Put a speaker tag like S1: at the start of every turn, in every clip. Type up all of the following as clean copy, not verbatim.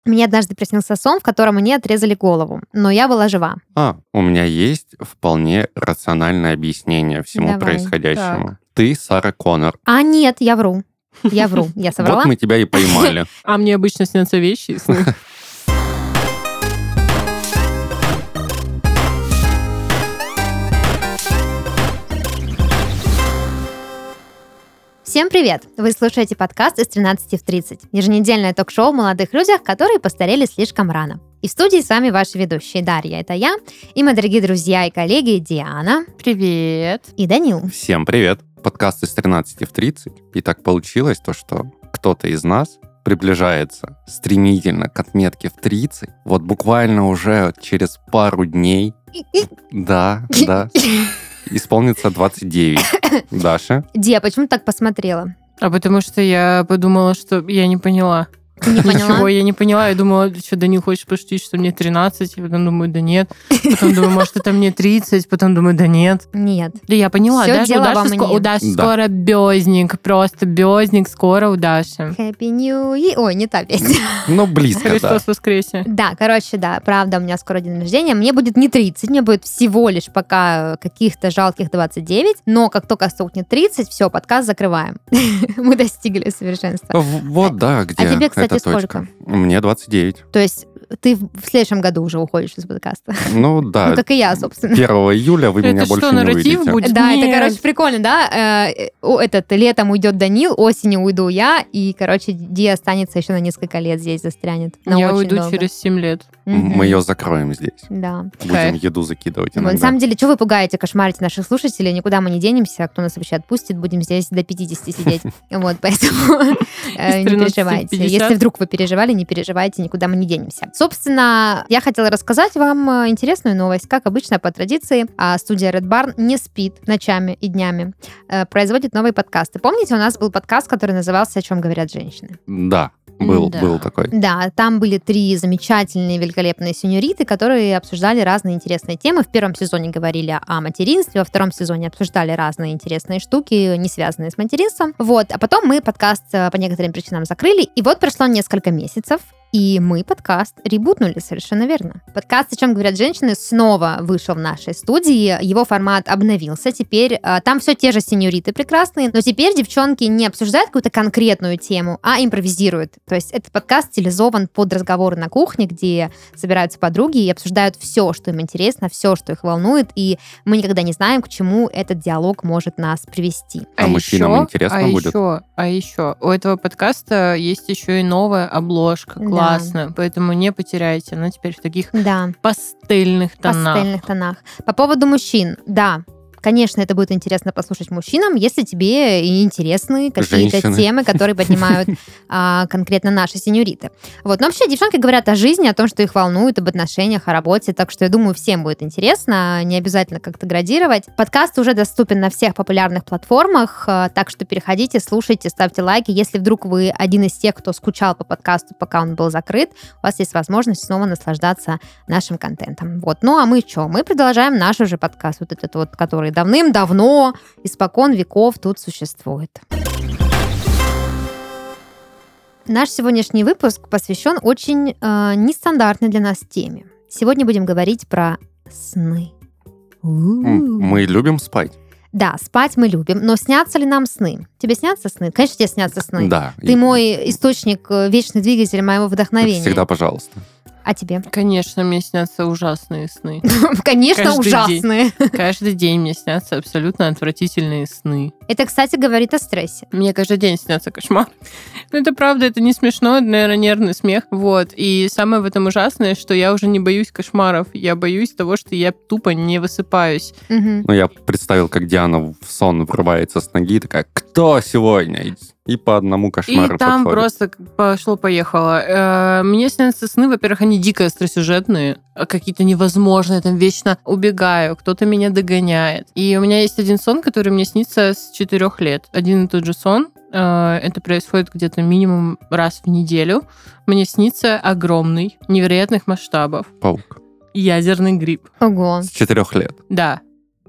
S1: Мне однажды приснился сон, в котором мне отрезали голову, но я была жива.
S2: У меня есть вполне рациональное объяснение всему
S1: Давай.
S2: происходящему.
S3: Так.
S2: Ты Сара Коннор.
S1: Нет, я вру. Я соврала.
S2: Вот мы тебя и поймали.
S3: А мне обычно снятся вещи и сны.
S1: Всем привет! Вы слушаете подкаст «Из 13 в 30». Еженедельное ток-шоу о молодых людях, которые постарели слишком рано. И в студии с вами ваши ведущие Дарья, это я, и мои дорогие друзья и коллеги Диана.
S3: Привет.
S1: И Данил.
S2: Всем привет. Подкаст «Из 13 в 30». И так получилось то, что кто-то из нас приближается стремительно к отметке в 30. Вот буквально уже через пару дней. Да. Исполнится 29. Даша?
S1: Ди, почему ты так посмотрела?
S3: А потому что я подумала, что я не поняла.
S1: Ты не поняла?
S3: Ничего, я не поняла. Я думала, что Данил хочет пошутить, что мне 13. И потом думаю, да нет. Потом думаю, может, это мне 30. Потом думаю, да нет.
S1: Нет.
S3: Да я поняла.
S1: Всё
S3: Даша,
S1: дело
S3: у
S1: во
S3: Даши,
S1: мне.
S3: у Даши
S2: Да.
S3: скоро бёзник. Просто бёзник скоро у Даши.
S1: Happy New Year. Ой, не та песня.
S2: Ну, близко, да.
S3: Христос воскресе.
S1: Да, правда, у меня скоро день рождения. Мне будет не 30, мне будет всего лишь пока каких-то жалких 29. Но как только стукнет 30, все, подкаст закрываем. Мы достигли совершенства.
S2: Вот, да, где
S1: А тебе, кстати,
S2: эта
S1: сколько?
S2: точка. Мне 29.
S1: То есть ты в следующем году уже уходишь из подкаста.
S2: Ну, да.
S1: Ну, как и я, собственно.
S2: 1 июля вы меня
S3: Это
S2: больше
S3: что,
S2: не
S3: нарратив
S2: увидите.
S3: будет?
S1: Да, это,
S3: Нет.
S1: короче, прикольно, да? Летом уйдет Данил, осенью уйду я, и, короче, Ди останется еще на несколько лет здесь, застрянет. На
S3: Я
S1: очень
S3: уйду
S1: долго.
S3: через 7 лет.
S1: Мгм.
S2: Мы ее закроем здесь.
S1: Да.
S2: Будем
S3: Кайф.
S2: еду закидывать
S1: Вот,
S2: иногда.
S1: на самом деле, что вы пугаете, кошмарите наших слушателей? Никуда мы не денемся. Кто нас вообще отпустит, будем здесь до 50 сидеть. Вот, поэтому не
S3: 13 в
S1: переживайте.
S3: 50.
S1: Если вдруг вы переживали, не переживайте, никуда мы не денемся. Собственно, я хотела рассказать вам интересную новость. Как обычно, по традиции, студия Red Barn не спит ночами и днями, производит новые подкасты. Помните, у нас был подкаст, который назывался «О чем говорят женщины»?
S2: Да, был
S3: Да.
S2: такой.
S1: Да, там были 3 замечательные, великолепные сеньориты, которые обсуждали разные интересные темы. В первом сезоне говорили о материнстве, во втором сезоне обсуждали разные интересные штуки, не связанные с материнством. Вот, а потом мы подкаст по некоторым причинам закрыли, и вот прошло несколько месяцев, и мы подкаст ребутнули, совершенно верно. Подкаст «О чем говорят женщины» снова вышел в нашей студии, его формат обновился, теперь там все те же сеньориты прекрасные, но теперь девчонки не обсуждают какую-то конкретную тему, а импровизируют. То есть этот подкаст стилизован под разговоры на кухне, где собираются подруги и обсуждают все, что им интересно, все, что их волнует, и мы никогда не знаем, к чему этот диалог может нас привести.
S2: А мужчинам интересно будет?
S3: А еще у этого подкаста есть еще и новая обложка.
S1: Да.
S3: Классно. Поэтому не потеряйте. Она теперь в таких
S1: Да.
S3: пастельных тонах.
S1: Пастельных тонах. По поводу мужчин, да. Конечно, это будет интересно послушать мужчинам, если тебе и интересны какие-то
S2: Женщины.
S1: темы, которые поднимают конкретно наши сеньориты. Вот. Но вообще девчонки говорят о жизни, о том, что их волнует, об отношениях, о работе, так что я думаю, всем будет интересно, не обязательно как-то градировать. Подкаст уже доступен на всех популярных платформах, так что переходите, слушайте, ставьте лайки. Если вдруг вы один из тех, кто скучал по подкасту, пока он был закрыт, у вас есть возможность снова наслаждаться нашим контентом. Вот. Ну а мы что? Мы продолжаем наш уже подкаст, вот этот вот, который давным-давно, испокон веков тут существует. Наш сегодняшний выпуск посвящен очень нестандартной для нас теме. Сегодня будем говорить про сны.
S2: Мы любим спать.
S1: Да, спать мы любим, но снятся ли нам сны? Тебе снятся сны? Конечно, тебе снятся сны.
S2: Да.
S1: Ты мой источник, вечный двигатель моего вдохновения.
S2: Всегда пожалуйста.
S1: А тебе?
S3: Конечно, мне снятся ужасные сны.
S1: Конечно,
S3: Каждый
S1: ужасные.
S3: Каждый день мне снятся абсолютно отвратительные сны.
S1: Это, кстати, говорит о стрессе.
S3: Мне каждый день снятся кошмар. Но это правда, это не смешно, это, наверное, нервный смех. Вот. И самое в этом ужасное, что я уже не боюсь кошмаров. Я боюсь того, что я тупо не высыпаюсь.
S1: Мгм.
S2: Ну, я представил, как Диана в сон врывается с ноги и такая: кто сегодня? И по одному кошмару
S3: И там
S2: подходит.
S3: просто пошло-поехало. Мне снятся сны, во-первых, они дико остросюжетные, какие-то невозможные, там вечно убегаю, кто-то меня догоняет. И у меня есть один сон, который мне снится с 4 лет. Один и тот же сон. Это происходит где-то минимум раз в неделю. Мне снится огромный, невероятных масштабов
S2: Паук.
S3: ядерный гриб.
S1: Ого.
S2: С 4 лет.
S3: Да.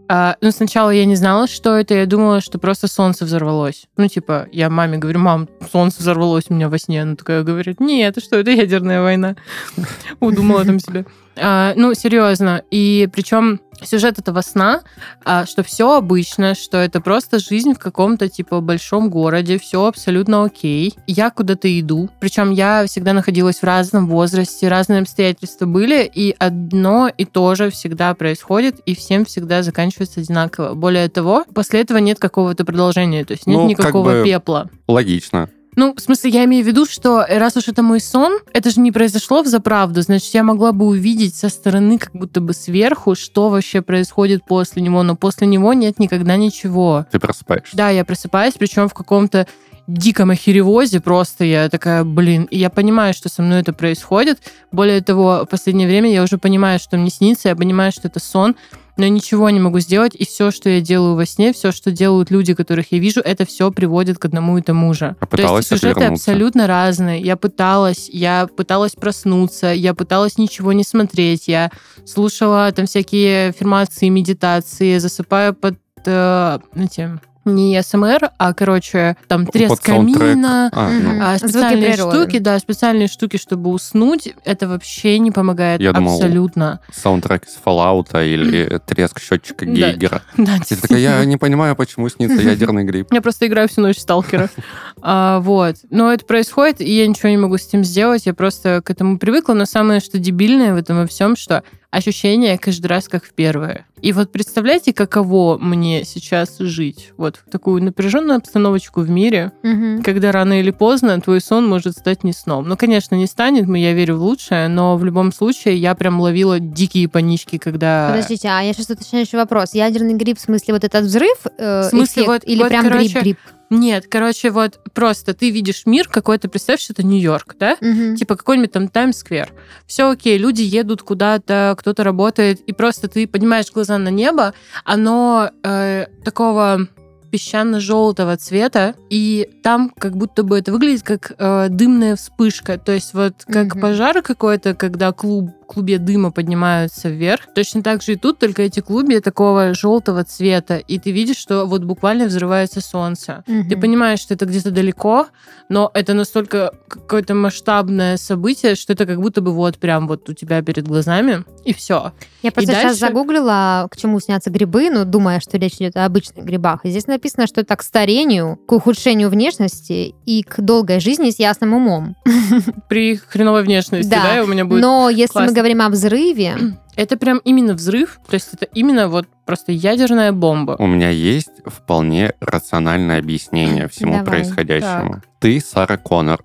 S3: Ну, сначала я не знала, что это, я думала, что просто солнце взорвалось. Ну, типа, я маме говорю: мам, солнце взорвалось у меня во сне. Она такая говорит: нет, это что, это ядерная война. Удумала там себе. Ну, серьезно. И причем сюжет этого сна, что все обычно, что это просто жизнь в каком-то, типа, большом городе, все абсолютно окей. Я куда-то иду. Причем я всегда находилась в разном возрасте, разные обстоятельства были, и одно и то же всегда происходит, и всем всегда заканчивается одинаково. Более того, после этого нет какого-то продолжения, то есть нет никакого пепла.
S2: Логично.
S3: Ну, в смысле, я имею в виду, что раз уж это мой сон, это же не произошло взаправду, значит, я могла бы увидеть со стороны, как будто бы сверху, что вообще происходит после него, но после него нет никогда ничего.
S2: Ты просыпаешься?
S3: Да, я просыпаюсь, причем в каком-то диком охеревозе просто я такая, блин, и я понимаю, что со мной это происходит. Более того, в последнее время я уже понимаю, что мне снится, я понимаю, что это сон, но ничего не могу сделать, и все, что я делаю во сне, все, что делают люди, которых я вижу, это все приводит к одному и тому же. То есть сюжеты абсолютно разные. Я пыталась проснуться, я пыталась ничего не смотреть, я слушала там всякие аффирмации, медитации, засыпаю под этим... Не СМР, а, короче, там треск камина, специальные штуки, да, специальные штуки, чтобы уснуть. Это вообще не помогает абсолютно.
S2: Думал, саундтрек из Fallout или треск счетчика Гейгера.
S3: Да,
S2: я не понимаю, почему снится ядерный гриб.
S3: Я просто играю всю ночь в Сталкера. Вот. Но это происходит, и я ничего не могу с этим сделать. Я просто к этому привыкла. Но самое, что дебильное в этом во всем, что ощущение каждый раз как в первое. И вот представляете, каково мне сейчас жить вот в такую напряженную обстановочку в мире, когда рано или поздно твой сон может стать не сном. Ну, конечно, не станет, я верю в лучшее, но в любом случае я прям ловила дикие панички, когда...
S1: Подождите, а я сейчас уточняющий вопрос. Ядерный гриб, в смысле вот этот взрыв?
S3: В смысле,
S1: эффект, или прям гриб-гриб?
S3: Нет, короче, вот просто ты видишь мир какой-то, представь, что это Нью-Йорк, да? Типа какой-нибудь там Таймс-сквер. Все окей, люди едут куда-то, кто-то работает, и просто ты поднимаешь глаза на небо, оно такого песчано-желтого цвета, и там как будто бы это выглядит как дымная вспышка, то есть вот как пожар какой-то, когда клубья дыма поднимаются вверх. Точно так же и тут, только эти клубья такого желтого цвета, и ты видишь, что вот буквально взрывается солнце. Ты понимаешь, что это где-то далеко, но это настолько какое-то масштабное событие, что это как будто бы вот прям вот у тебя перед глазами, и все.
S1: Я просто сейчас загуглила, к чему снятся грибы, думая, что речь идет о обычных грибах. И здесь написано, что это к старению, к ухудшению внешности и к долгой жизни с ясным умом.
S3: При хреновой внешности, да, у меня будет.
S1: Но если мы говорим о взрыве...
S3: Это прям именно взрыв, то есть это именно вот просто ядерная бомба.
S2: У меня есть вполне рациональное объяснение всему происходящему. Так. Ты Сара Коннор.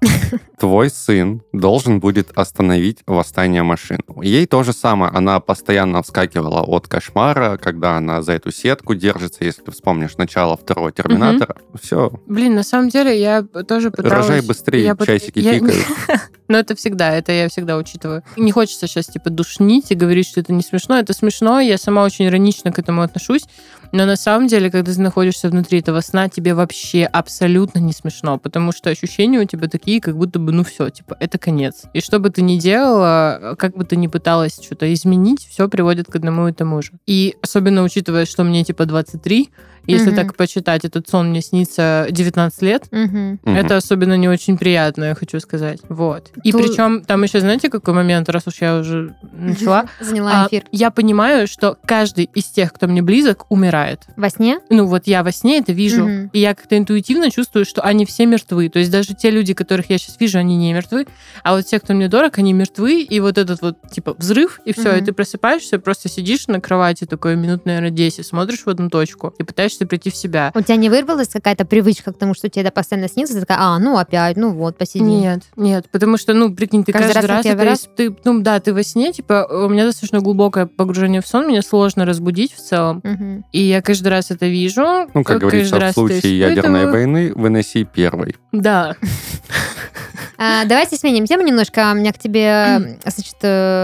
S2: Твой сын должен будет остановить восстание машин. Ей то же самое. Она постоянно вскакивала от кошмара, когда она за эту сетку держится, если ты вспомнишь начало второго Терминатора. Все.
S3: Блин, на самом деле я тоже пыталась...
S2: Рожай быстрее, часики тикают.
S3: Но это я всегда учитываю. Не хочется сейчас душнить и говорить, что это не смешно. Это смешно, я сама очень иронично к этому отношусь. Но на самом деле, когда ты находишься внутри этого сна, тебе вообще абсолютно не смешно, потому что ощущения у тебя такие, как будто бы, все, это конец. И что бы ты ни делала, как бы ты ни пыталась что-то изменить, все приводит к одному и тому же. И особенно учитывая, что мне 23, если так почитать, этот сон мне снится 19 лет, это особенно не очень приятно, я хочу сказать. Вот. И причем там еще, знаете, какой момент, раз уж я уже начала?
S1: Заняла эфир.
S3: Я понимаю, что каждый из тех, кто мне близок, умирает.
S1: Во сне?
S3: Вот я во сне это вижу. И я как-то интуитивно чувствую, что они все мертвы. То есть даже те люди, которых я сейчас вижу, они не мертвы. А вот те, кто мне дорог, они мертвы. И вот этот вот, взрыв, и все. И ты просыпаешься, просто сидишь на кровати такой минут, наверное, 10, смотришь в одну точку и пытаешься прийти в себя.
S1: У тебя не вырвалась какая-то привычка к тому, что тебе это постоянно снится? Ты такая, опять, посиди.
S3: Нет, потому что, прикинь, ты каждый раз ты во сне, у меня достаточно глубокое погружение в сон, меня сложно разбудить в целом. И я каждый раз это вижу.
S2: Как говорится, в случае ядерной войны выноси первой.
S3: Да.
S1: Давайте сменим тему немножко. У меня к тебе, значит,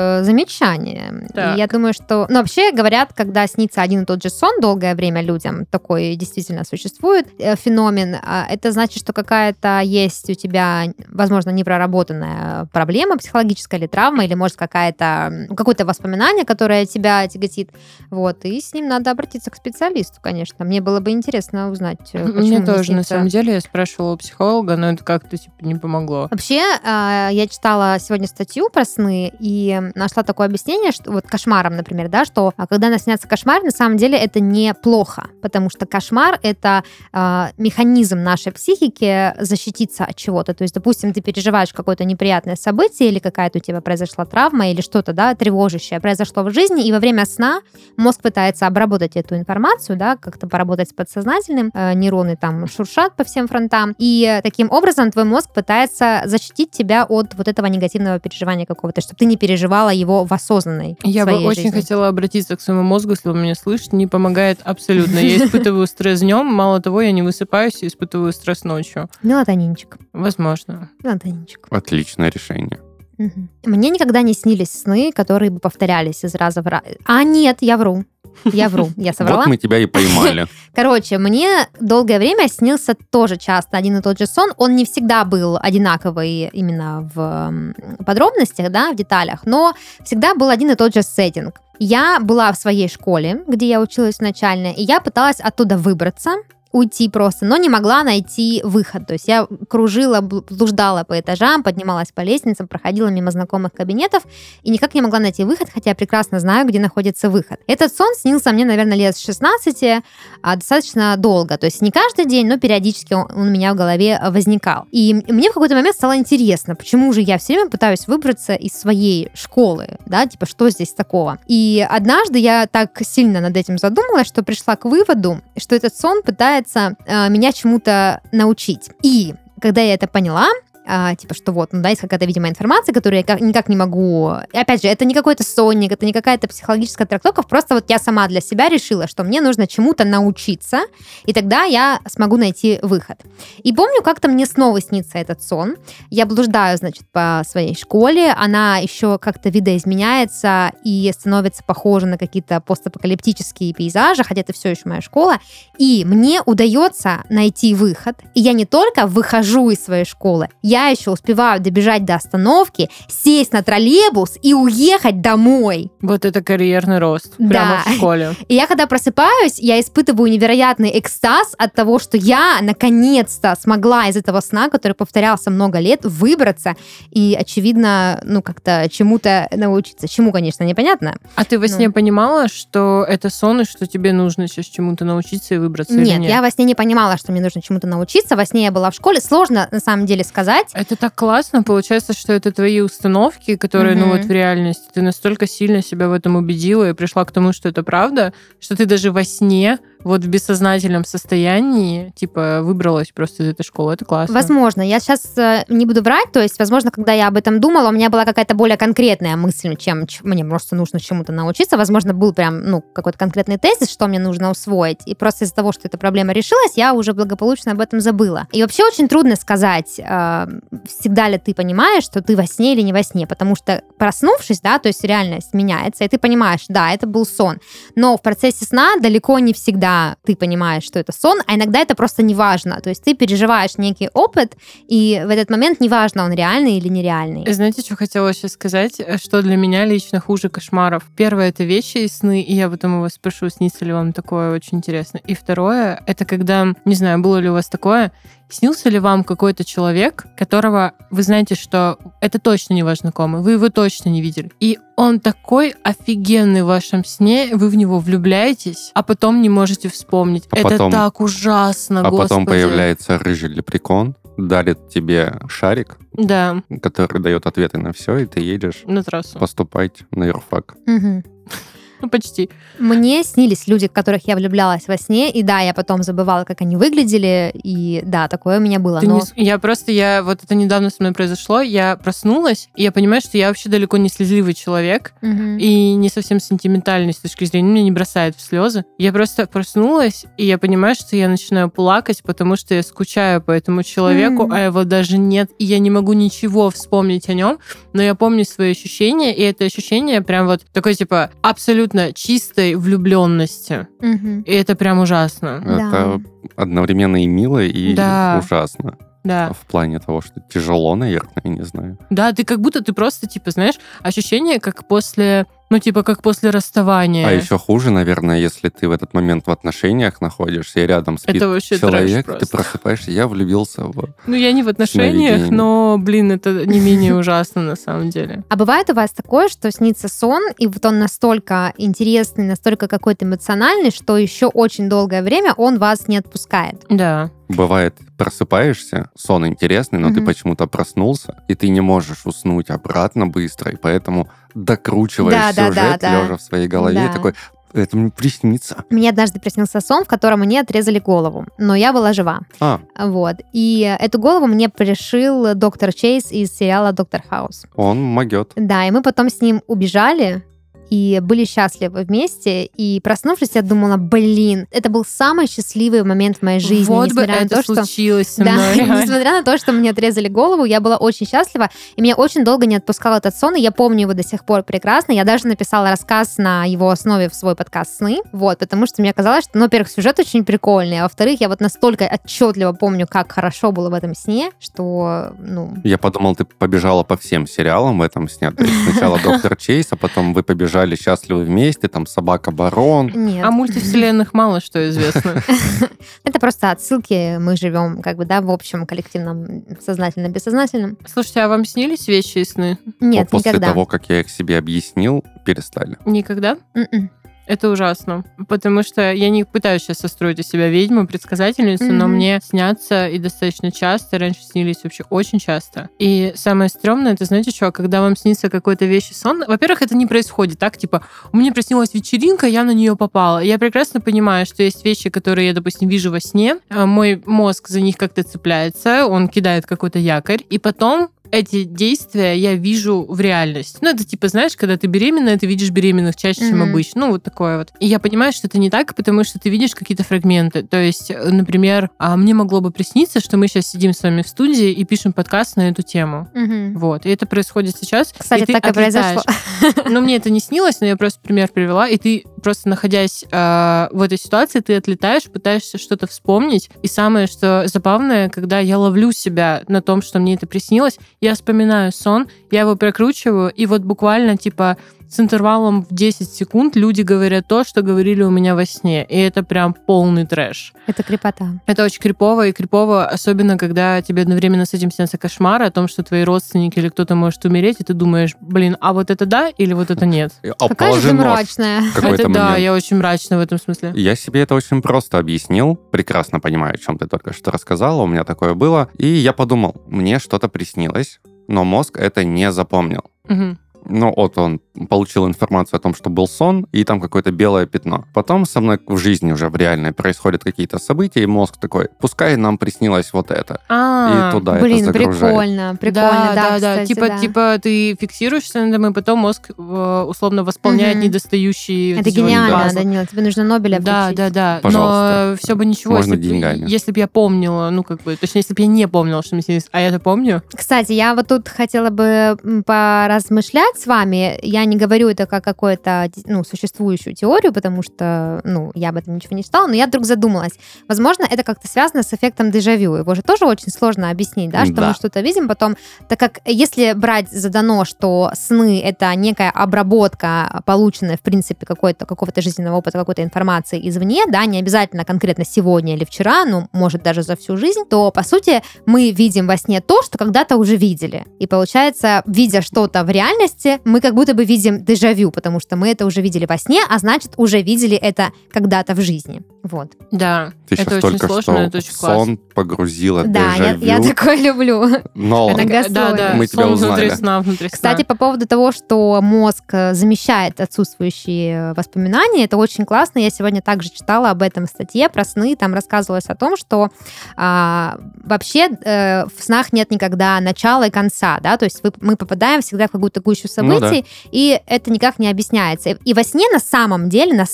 S1: замечание.
S3: Так.
S1: Я думаю, что... Ну, вообще, говорят, когда снится один и тот же сон долгое время людям, такой действительно существует феномен, это значит, что какая-то есть у тебя, возможно, непроработанная проблема психологическая или травма, или, может, какое-то воспоминание, которое тебя тяготит. Вот, и с ним надо обратиться к специалисту, конечно. Мне было бы интересно узнать, почему
S3: Мне
S1: не
S3: тоже, на
S1: снится.
S3: самом деле, я спрашивала у психолога, но это как-то типа не помогло.
S1: Вообще, я читала сегодня статью про сны и нашла такое объяснение, что вот кошмаром, например, да, что когда нас снятся кошмары, на самом деле это неплохо, потому что кошмар — это механизм нашей психики защититься от чего-то. То есть, допустим, ты переживаешь какое-то неприятное событие или какая-то у тебя произошла травма или что-то, да, тревожащее произошло в жизни, и во время сна мозг пытается обработать эту информацию, да, как-то поработать с подсознательным, нейроны там шуршат по всем фронтам, и таким образом твой мозг пытается защитить тебя от вот этого негативного переживания какого-то, чтобы ты не переживала его в осознанной
S3: Я бы
S1: своей
S3: очень
S1: жизни.
S3: хотела обратиться к своему мозгу, если он меня слышит, не помогает абсолютно. Я испытываю стресс днем, мало того, я не высыпаюсь и испытываю стресс ночью.
S1: Мелатонинчик.
S3: Возможно.
S1: Мелатонинчик.
S2: Отличное решение.
S1: Мгм. Мне никогда не снились сны, которые бы повторялись из раза в раз. Нет, я вру. Я соврала.
S2: Вот мы тебя и поймали.
S1: Короче, мне долгое время снился тоже часто один и тот же сон. Он не всегда был одинаковый именно в подробностях, да, в деталях, но всегда был один и тот же сеттинг. Я была в своей школе, где я училась начальной, и я пыталась оттуда выбраться, уйти просто, но не могла найти выход. То есть я кружила, блуждала по этажам, поднималась по лестницам, проходила мимо знакомых кабинетов и никак не могла найти выход, хотя я прекрасно знаю, где находится выход. Этот сон снился мне, наверное, лет с 16, достаточно долго. То есть не каждый день, но периодически он у меня в голове возникал. И мне в какой-то момент стало интересно, почему же я все время пытаюсь выбраться из своей школы, да, типа, что здесь такого. И однажды я так сильно над этим задумалась, что пришла к выводу, что этот сон пытается меня чему-то научить. И когда я это поняла, типа, что вот, ну да, есть какая-то, видимо, информация, которую я никак не могу... И опять же, это не какой-то сонник, это не какая-то психологическая трактовка, просто вот я сама для себя решила, что мне нужно чему-то научиться, и тогда я смогу найти выход. И помню, как-то мне снова снится этот сон. Я блуждаю, значит, по своей школе, она еще как-то видоизменяется и становится похожа на какие-то постапокалиптические пейзажи, хотя это все еще моя школа, и мне удается найти выход, и я не только выхожу из своей школы, я еще успеваю добежать до остановки, сесть на троллейбус и уехать домой.
S3: Вот это карьерный рост. Прямо
S1: Да.
S3: в школе.
S1: И я, когда просыпаюсь, я испытываю невероятный экстаз от того, что я наконец-то смогла из этого сна, который повторялся много лет, выбраться и, очевидно, ну, как-то чему-то научиться. Чему, конечно, непонятно.
S3: А ты во сне понимала, что это сон, и что тебе нужно сейчас чему-то научиться и выбраться или
S1: Нет,
S3: нет?
S1: я во сне не понимала, что мне нужно чему-то научиться. Во сне я была в школе. Сложно, на самом деле, сказать.
S3: Это так классно. Получается, что это твои установки, которые, ну вот в реальности, ты настолько сильно себя в этом убедила и пришла к тому, что это правда, что ты даже во сне, вот в бессознательном состоянии, типа, выбралась просто из этой школы. Это классно.
S1: Возможно. Я сейчас не буду врать. То есть, возможно, когда я об этом думала, у меня была какая-то более конкретная мысль, чем мне просто нужно чему-то научиться. Возможно, был прям, ну, какой-то конкретный тезис, что мне нужно усвоить. И просто из-за того, что эта проблема решилась, я уже благополучно об этом забыла. И вообще очень трудно сказать, всегда ли ты понимаешь, что ты во сне или не во сне. Потому что, проснувшись, да, то есть реальность меняется, и ты понимаешь, да, это был сон. Но в процессе сна далеко не всегда ты понимаешь, что это сон, а иногда это просто неважно. То есть ты переживаешь некий опыт, и в этот момент неважно, он реальный или нереальный.
S3: Знаете, что хотела сейчас сказать? Что для меня лично хуже кошмаров? Первое — это вещи и сны, и я потом у вас спрошу, снится ли вам такое, очень интересно. И второе — это когда, не знаю, было ли у вас такое, снился ли вам какой-то человек, которого вы знаете, что это точно не ваш знакомый, вы его точно не видели. И он такой офигенный в вашем сне, вы в него влюбляетесь, а потом не можете вспомнить. Это так ужасно,
S2: А
S3: Господи.
S2: потом появляется рыжий лепрекон, дарит тебе шарик,
S3: Да,
S2: который дает ответы на все, и ты едешь
S3: на трассу.
S2: поступать на юрфак.
S1: Мгм.
S3: Ну, почти.
S1: Мне снились люди, в которых я влюблялась во сне, и да, я потом забывала, как они выглядели, и да, такое у меня было.
S3: Вот это недавно со мной произошло, я проснулась, и я понимаю, что я вообще далеко не слезливый человек, и не совсем сентиментальный с точки зрения, меня не бросает в слезы. Я просто проснулась, и я понимаю, что я начинаю плакать, потому что я скучаю по этому человеку, а его даже нет, и я не могу ничего вспомнить о нем, но я помню свои ощущения, и это ощущение прям вот такой, типа, абсолютно чистой влюбленности. И это прям ужасно.
S2: Это одновременно и мило, и ужасно.
S3: Да.
S2: В плане того, что тяжело, наверное, я не знаю.
S3: Да, ты как будто ты просто, типа, знаешь, ощущение, как после расставания.
S2: А еще хуже, наверное, если ты в этот момент в отношениях находишься, и рядом спит человек, ты просыпаешься, я влюбился в...
S3: Ну, я не в отношениях, но, это не менее ужасно на самом деле.
S1: А бывает у вас такое, что снится сон, и вот он настолько интересный, настолько какой-то эмоциональный, что еще очень долгое время он вас не отпускает?
S3: Да.
S2: Бывает, просыпаешься, сон интересный, но ты почему-то проснулся, и ты не можешь уснуть обратно быстро, и поэтому докручиваешь сюжет, лежа в своей голове, и такой, это мне приснится.
S1: Мне однажды приснился сон, в котором мне отрезали голову, но я была жива. Вот. И эту голову мне пришил доктор Чейз из сериала «Доктор Хаус».
S2: Он могет.
S1: Да, и мы потом с ним убежали, и были счастливы вместе, и проснувшись, я думала, это был самый счастливый момент в моей жизни.
S3: Вот бы это случилось со мной.
S1: Несмотря на то, что мне отрезали голову, я была очень счастлива, и меня очень долго не отпускал этот сон, и я помню его до сих пор прекрасно. Я даже написала рассказ на его основе в свой подкаст «Сны», потому что мне казалось, что, во-первых, сюжет очень прикольный, а во-вторых, я настолько отчетливо помню, как хорошо было в этом сне, что,
S2: Я подумал, ты побежала по всем сериалам в этом сне. То есть сначала «Доктор Чейз», а потом вы побежали счастливы вместе, там собака-барон.
S1: Нет.
S3: О мультивселенных мало что известно.
S1: Это просто отсылки, мы живем в общем коллективном сознательном-бессознательном.
S3: Слушайте, а вам снились вещи и сны?
S1: Нет,
S2: после
S1: никогда.
S2: того, как я их себе объяснил, перестали.
S3: Никогда? Это ужасно, потому что я не пытаюсь сейчас состроить из себя ведьму, предсказательницу, но мне снятся и достаточно часто, раньше снились вообще очень часто. И самое стрёмное, это знаете что, когда вам снится какой-то вещь и сон, во-первых, это не происходит так, типа, у меня приснилась вечеринка, я на нее попала. Я прекрасно понимаю, что есть вещи, которые я, допустим, вижу во сне, мой мозг за них как-то цепляется, он кидает какой-то якорь, и потом эти действия я вижу в реальность. Это типа, знаешь, когда ты беременная, ты видишь беременных чаще, чем обычно. Вот такое вот. И я понимаю, что это не так, потому что ты видишь какие-то фрагменты. То есть, например, мне могло бы присниться, что мы сейчас сидим с вами в студии и пишем подкаст на эту тему. Вот. И это происходит сейчас.
S1: Кстати, так и произошло.
S3: Мне это не снилось, но я просто пример привела. И ты просто, находясь в этой ситуации, ты отлетаешь, пытаешься что-то вспомнить. И самое, что забавное, когда я ловлю себя на том, что мне это приснилось, я вспоминаю сон, я его прокручиваю, и вот буквально, типа, с интервалом в 10 секунд люди говорят то, что говорили у меня во сне. И это прям полный трэш.
S1: Это крепота.
S3: Это очень крипово, и крипово, особенно, когда тебе одновременно с этим снятся кошмары о том, что твои родственники или кто-то может умереть, и ты думаешь, а вот это да или вот это нет?
S1: Какая же ты мрачная.
S3: Да, я очень мрачная в этом смысле.
S2: Я себе это очень просто объяснил. Прекрасно понимаю, о чем ты только что рассказала. У меня такое было. И я подумал, мне что-то приснилось, но мозг это не запомнил. Он получил информацию о том, что был сон, и там какое-то белое пятно. Потом со мной в жизни уже в реальной происходят какие-то события, и мозг такой, пускай нам приснилось вот это. И туда это загружает.
S1: Прикольно, да, кстати,
S3: типа ты фиксируешься на этом, и потом мозг условно восполняет недостающие...
S1: Это гениально, Данила, тебе нужно Нобеля включить.
S3: Да.
S2: Пожалуйста.
S3: Но все бы ничего,
S2: можно деньгами.
S3: Если бы я помнила, точнее, если бы я не помнила, что мне снилось, а я это помню.
S1: Кстати, я вот тут хотела бы поразмышлять с вами. Я не говорю это как какую-то существующую теорию, потому что я об этом ничего не читала, но я вдруг задумалась. Возможно, это как-то связано с эффектом дежавю. Его же тоже очень сложно объяснить, да, что мы что-то видим потом. Так как если брать задано, что сны — это некая обработка, полученная, в принципе, какого-то жизненного опыта, какой-то информации извне, да, не обязательно конкретно сегодня или вчера, но может даже за всю жизнь, то, по сути, мы видим во сне то, что когда-то уже видели. И получается, видя что-то в реальности, мы как будто бы видим видим дежавю, потому что мы это уже видели во сне, а значит, уже видели это когда-то в жизни. Вот.
S3: Да,
S2: Ты
S3: это
S2: сейчас
S3: очень
S2: только
S3: сложно,
S2: что
S3: но это
S2: в
S3: очень классно.
S2: сон погрузила
S1: Да,
S2: дежавю.
S1: я такое люблю.
S2: Нолан,
S1: Многослойно.
S2: Мы тебя
S3: сон
S2: узнали.
S3: внутри сна, внутри сна.
S1: Кстати, по поводу того, что мозг замещает отсутствующие воспоминания, это очень классно. Я сегодня также читала об этом в статье про сны. Там рассказывалось о том, что вообще в снах нет никогда начала и конца, да, то есть мы попадаем всегда в какую-то гущу событий, и это никак не объясняется. И во сне на самом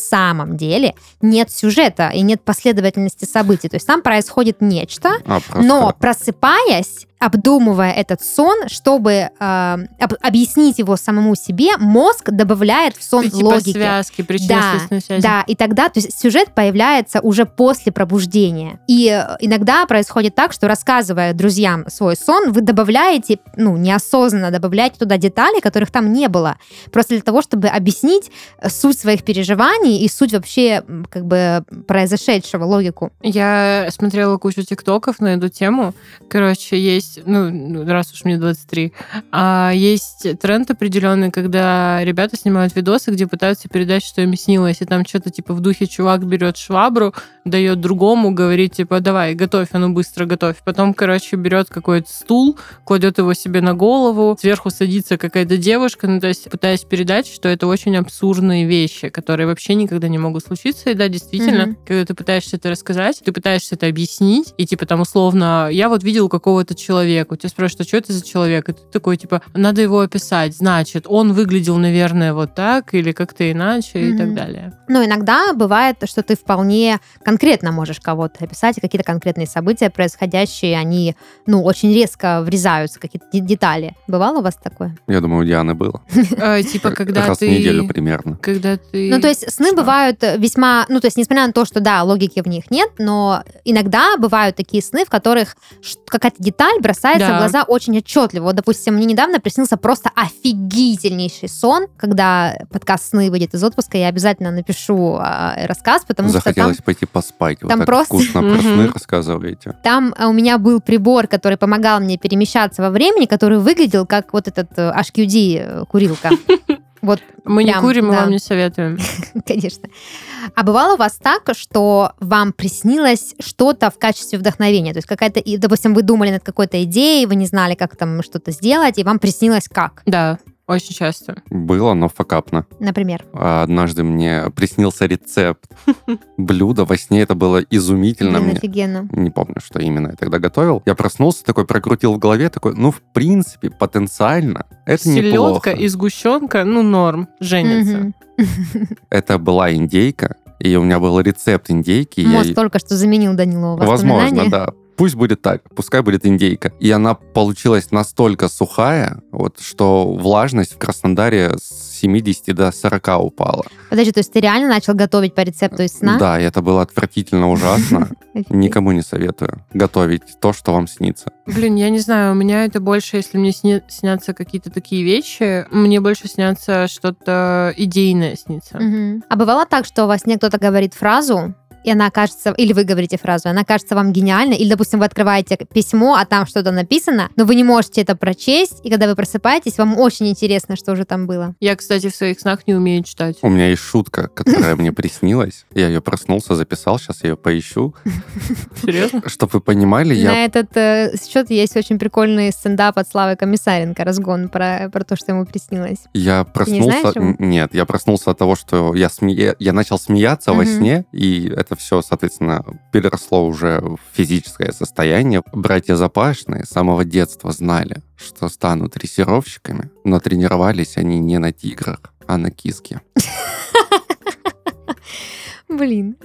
S1: деле нет сюжета и нет последовательности событий. То есть там происходит нечто, но просыпаясь, обдумывая этот сон, чтобы объяснить его самому себе, мозг добавляет в сон логики.
S3: Связки, причинно-следственной связи.
S1: Да, и тогда то есть сюжет появляется уже после пробуждения. И иногда происходит так, что, рассказывая друзьям свой сон, вы добавляете, неосознанно добавляете туда детали, которых там не было. Просто для того, чтобы объяснить суть своих переживаний и суть вообще как бы произошедшего, логику.
S3: Я смотрела кучу тиктоков на эту тему. Короче, есть, раз уж мне 23, есть тренд определенный, когда ребята снимают видосы, где пытаются передать, что им снилось, и там что-то типа в духе чувак берет швабру, дает другому, говорит типа давай, готовь, быстро готовь. Потом, берет какой-то стул, кладет его себе на голову, сверху садится какая-то девушка, то есть пытаясь передать, что это очень абсурдные вещи, которые вообще никогда не могут случиться. И да, действительно, когда ты пытаешься это рассказать, ты пытаешься это объяснить, и типа там условно, я вот видел какого-то человека, у тебя спрашивают, а что это за человек? И ты такой, типа, надо его описать, значит, он выглядел, наверное, вот так, или как-то иначе, и так далее.
S1: Иногда бывает, что ты вполне конкретно можешь кого-то описать, и какие-то конкретные события происходящие, они, очень резко врезаются, какие-то детали. Бывало у вас такое?
S2: Я думаю, у Дианы было.
S3: Типа, когда
S2: раз
S3: ты...
S2: в неделю примерно.
S3: Когда ты...
S1: то есть сны бывают весьма... то есть несмотря на то, что, да, логики в них нет, но иногда бывают такие сны, в которых какая-то деталь бросается в глаза очень отчетливо. Вот, допустим, мне недавно приснился просто офигительнейший сон. Когда подкаст «Сны» выйдет из отпуска, я обязательно напишу рассказ, потому
S2: Захотелось
S1: что
S2: пойти поспать. Вы
S1: там
S2: так
S1: просто...
S2: вкусно про сны рассказываете.
S1: Там у меня был прибор, который помогал мне перемещаться во времени, который выглядел как вот этот HQD курилка. Вот
S3: мы не курим, мы вам не советуем.
S1: Конечно. А бывало у вас так, что вам приснилось что-то в качестве вдохновения? То есть какая-то, допустим, вы думали над какой-то идеей, вы не знали, как там что-то сделать, и вам приснилось как?
S3: Да. Очень часто.
S2: Было, но факапно.
S1: Например?
S2: Однажды мне приснился рецепт блюда. Во сне это было изумительно.
S1: Офигенно.
S2: Не помню, что именно я тогда готовил. Я проснулся такой, прокрутил в голове, такой, в принципе, потенциально это неплохо.
S3: Селедка и сгущенка, норм, женятся.
S2: Это была индейка, и у меня был рецепт индейки.
S1: Мозг только что заменил Данилова воспоминания.
S2: Возможно, да. Пусть будет так, пускай будет индейка. И она получилась настолько сухая, что влажность в Краснодаре с 70 до 40 упала.
S1: Подожди, то есть ты реально начал готовить по рецепту из сна?
S2: Да, и это было отвратительно ужасно. Никому не советую готовить то, что вам снится.
S3: Блин, я не знаю, у меня это больше, если мне снятся какие-то такие вещи, мне больше снятся что-то идейное снится.
S1: А бывало так, что во сне кто-то говорит фразу, и она кажется, или вы говорите фразу, она кажется вам гениальной, или, допустим, вы открываете письмо, а там что-то написано, но вы не можете это прочесть, и когда вы просыпаетесь, вам очень интересно, что же там было.
S3: Я, кстати, в своих снах не умею читать.
S2: У меня есть шутка, которая мне приснилась. Я ее проснулся, записал, сейчас я ее поищу.
S3: Серьезно?
S2: Чтобы вы понимали,
S1: На этот счет есть очень прикольный стендап от Славы Комиссаренко, разгон про то, что ему приснилось.
S2: Я проснулся... Нет, я проснулся от того, что я начал смеяться во сне, и это все, соответственно, переросло уже в физическое состояние. Братья Запашные с самого детства знали, что станут дрессировщиками, но тренировались они не на тиграх, а на киске.
S1: Блин.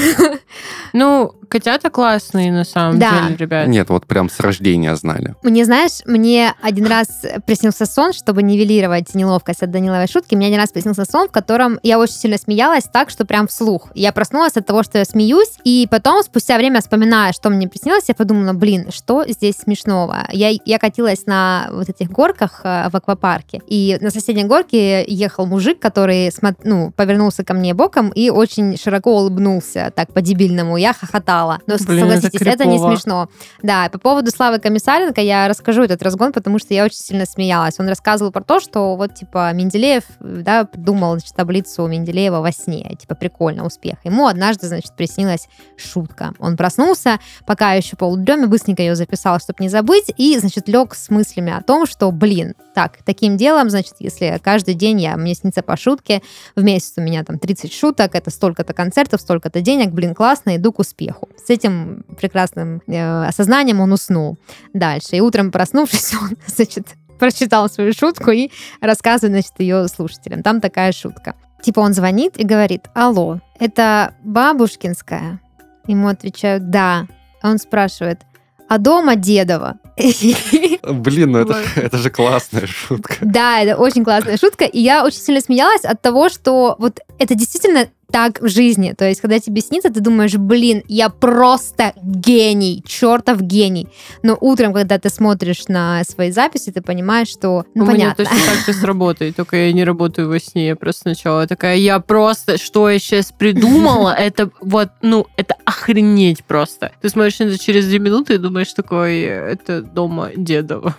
S3: Котята классные, на самом деле, ребят.
S2: Нет, прям с рождения знали.
S1: Мне один раз приснился сон, чтобы нивелировать неловкость от Даниловой шутки, мне один раз приснился сон, в котором я очень сильно смеялась так, что прям вслух. Я проснулась от того, что я смеюсь, и потом, спустя время, вспоминая, что мне приснилось, я подумала, что здесь смешного? Я катилась на этих горках в аквапарке, и на соседней горке ехал мужик, который повернулся ко мне боком и очень широко улыбнулся. смеялась так по-дебильному, я хохотала. Но согласитесь, это не смешно. Да, по поводу Славы Комиссаренко я расскажу этот разгон, потому что я очень сильно смеялась. Он рассказывал про то, что вот, типа, Менделеев, да, придумал, значит, таблицу Менделеева во сне. Типа, прикольно, успех. Ему однажды, значит, приснилась шутка. Он проснулся, пока еще полудреме, быстренько ее записал, чтобы не забыть, и, значит, лег с мыслями о том, что, блин, так, таким делом, значит, если каждый день мне снится по шутке, в месяц у меня там 30 шуток, это столько-то концертов, столько-то денег, блин, классно, иду к успеху. С этим прекрасным осознанием он уснул дальше. И утром, проснувшись, он, значит, прочитал свою шутку и рассказывает, значит, ее слушателям. Там такая шутка. Типа он звонит и говорит: алло, это Бабушкинская? Ему отвечают: да. Он спрашивает: а дома Дедова?
S2: Блин, ну это же классная шутка.
S1: Да, это очень классная шутка. И я очень сильно смеялась от того, что вот это действительно так в жизни. То есть, когда тебе снится, ты думаешь: блин, я просто гений, чертов гений. Но утром, когда ты смотришь на свои записи, ты понимаешь, что, ну, понятно.
S3: У меня точно так же с работой, только я не работаю во сне. Я просто сначала такая: я просто, что я сейчас придумала, это вот, ну, это охренеть просто. Ты смотришь на это через 2 минуты и думаешь такой: это дома Дедова.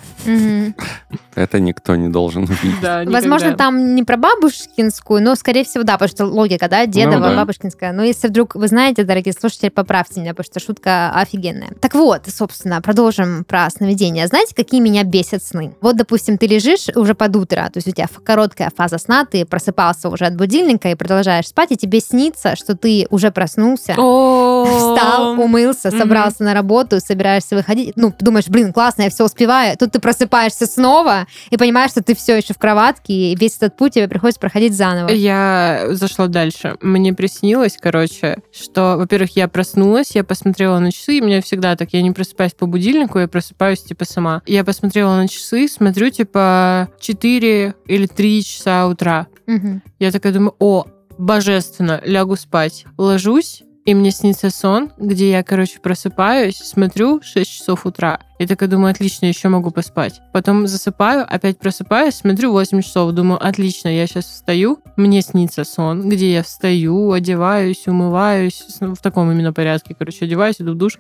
S2: Это никто не должен увидеть.
S3: Да,
S1: возможно, там не про Бабушкинскую, но, скорее всего, да, потому что логика, да, Дедова,
S2: да.
S1: Бабушкинская. Но если вдруг вы знаете, дорогие слушатели, поправьте меня, потому что шутка офигенная. Так вот, собственно, продолжим про сновидения. Знаете, какие меня бесят сны? Вот, допустим, ты лежишь уже под утро, то есть у тебя короткая фаза сна, ты просыпался уже от будильника и продолжаешь спать, и тебе снится, что ты уже проснулся, встал, умылся, собрался на работу, собираешься выходить, ну, думаешь: блин, классно, я все успеваю. Тут ты просыпаешься снова и понимаешь, что ты все еще в кроватке, и весь этот путь тебе приходится проходить заново.
S3: Я зашла дальше. Мне приснилось, короче, что, во-первых, я проснулась, я посмотрела на часы, и у меня всегда так, я не просыпаюсь по будильнику, я просыпаюсь, типа, сама. Я посмотрела на часы, смотрю, типа, 4 или 3 часа утра. Я такая думаю: о, божественно, лягу спать. Ложусь, и мне снится сон, где я, короче, просыпаюсь, смотрю, 6 часов утра. И такая думаю: отлично, еще могу поспать. Потом засыпаю, опять просыпаюсь, смотрю, 8 часов. Думаю: отлично, я сейчас встаю. Мне снится сон, где я встаю, одеваюсь, умываюсь. В таком именно порядке, короче, одеваюсь, иду в душ.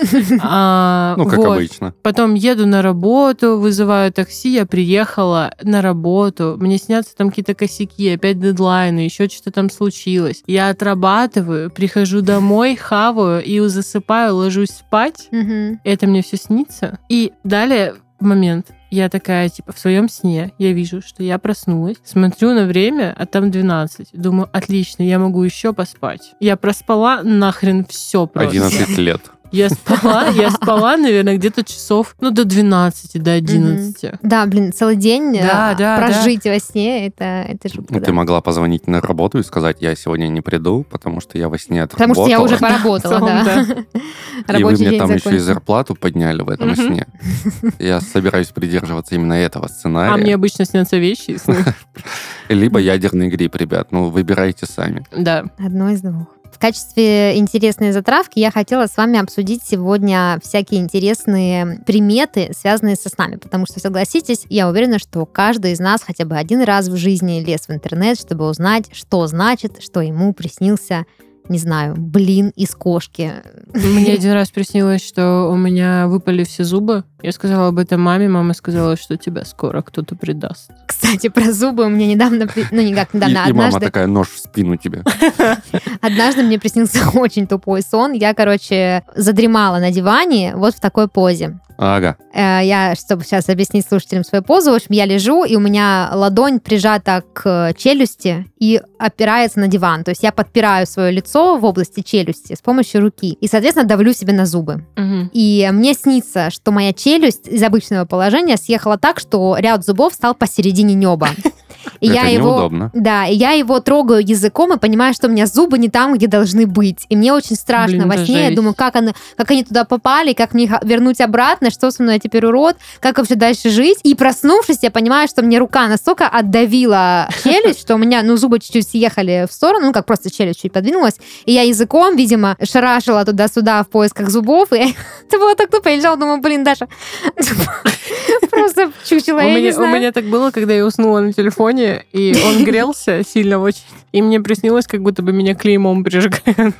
S2: Ну, как обычно.
S3: Потом еду на работу, вызываю такси, я приехала на работу. Мне снятся там какие-то косяки, опять дедлайны, еще что-то там случилось. Я отрабатываю, прихожу домой, хаваю и засыпаю, ложусь спать. Это мне все снится. И далее момент. Я такая, типа, в своем сне я вижу, что я проснулась, смотрю на время, а там 12. Думаю: отлично, я могу еще поспать. Я проспала нахрен все просто.
S2: 11 лет.
S3: Я спала, наверное, где-то часов, ну, до 12, до 11.
S1: Да, блин, целый день прожить во сне, это жутко.
S2: Ну, ты могла позвонить на работу и сказать: я сегодня не приду, потому что я во сне отработала.
S1: Потому что я уже поработала, да.
S2: И вы мне там еще и зарплату подняли в этом сне. Я собираюсь придерживаться именно этого сценария.
S3: А мне обычно снятся вещи и сны.
S2: Либо ядерный грипп, ребят. Ну, выбирайте сами.
S3: Да.
S1: Одно из двух. В качестве интересной затравки я хотела с вами обсудить сегодня всякие интересные приметы, связанные со снами, потому что, согласитесь, я уверена, что каждый из нас хотя бы один раз в жизни лез в интернет, чтобы узнать, что значит, что ему приснился, не знаю, блин из кошки.
S3: Мне один раз приснилось, что у меня выпали все зубы. Я сказала об этом маме, мама сказала, что тебя скоро кто-то предаст.
S1: Кстати, про зубы у меня недавно, ну никак недавно,
S2: и мама такая: нож в спину тебе.
S1: Однажды мне приснился очень тупой сон. Я, короче, задремала на диване вот в такой позе.
S2: Ага.
S1: Я, чтобы сейчас объяснить слушателям свою позу, в общем, я лежу, и у меня ладонь прижата к челюсти и опирается на диван. То есть я подпираю свое лицо в области челюсти с помощью руки. И, соответственно, давлю себе на зубы. И мне снится, что моя челюсть из обычного положения съехала так, что ряд зубов стал посередине неба. И
S2: это
S1: я
S2: неудобно.
S1: Да, и я его трогаю языком и понимаю, что у меня зубы не там, где должны быть. И мне очень страшно во сне. Я думаю, как они туда попали, как мне их вернуть обратно, что со мной, я теперь урод, как вообще дальше жить. И проснувшись, я понимаю, что мне рука настолько отдавила челюсть, что у меня, зубы чуть-чуть съехали в сторону, как просто челюсть чуть подвинулась. И я языком, видимо, шарашила туда-сюда в поисках зубов. И это было так тупо. Я лежала, думаю: блин, Даша, Просто чучело, я не
S3: У
S1: знаю.
S3: меня так было, когда я уснула на телефоне, и он грелся сильно очень. И мне приснилось, как будто бы меня клеймом прижигают.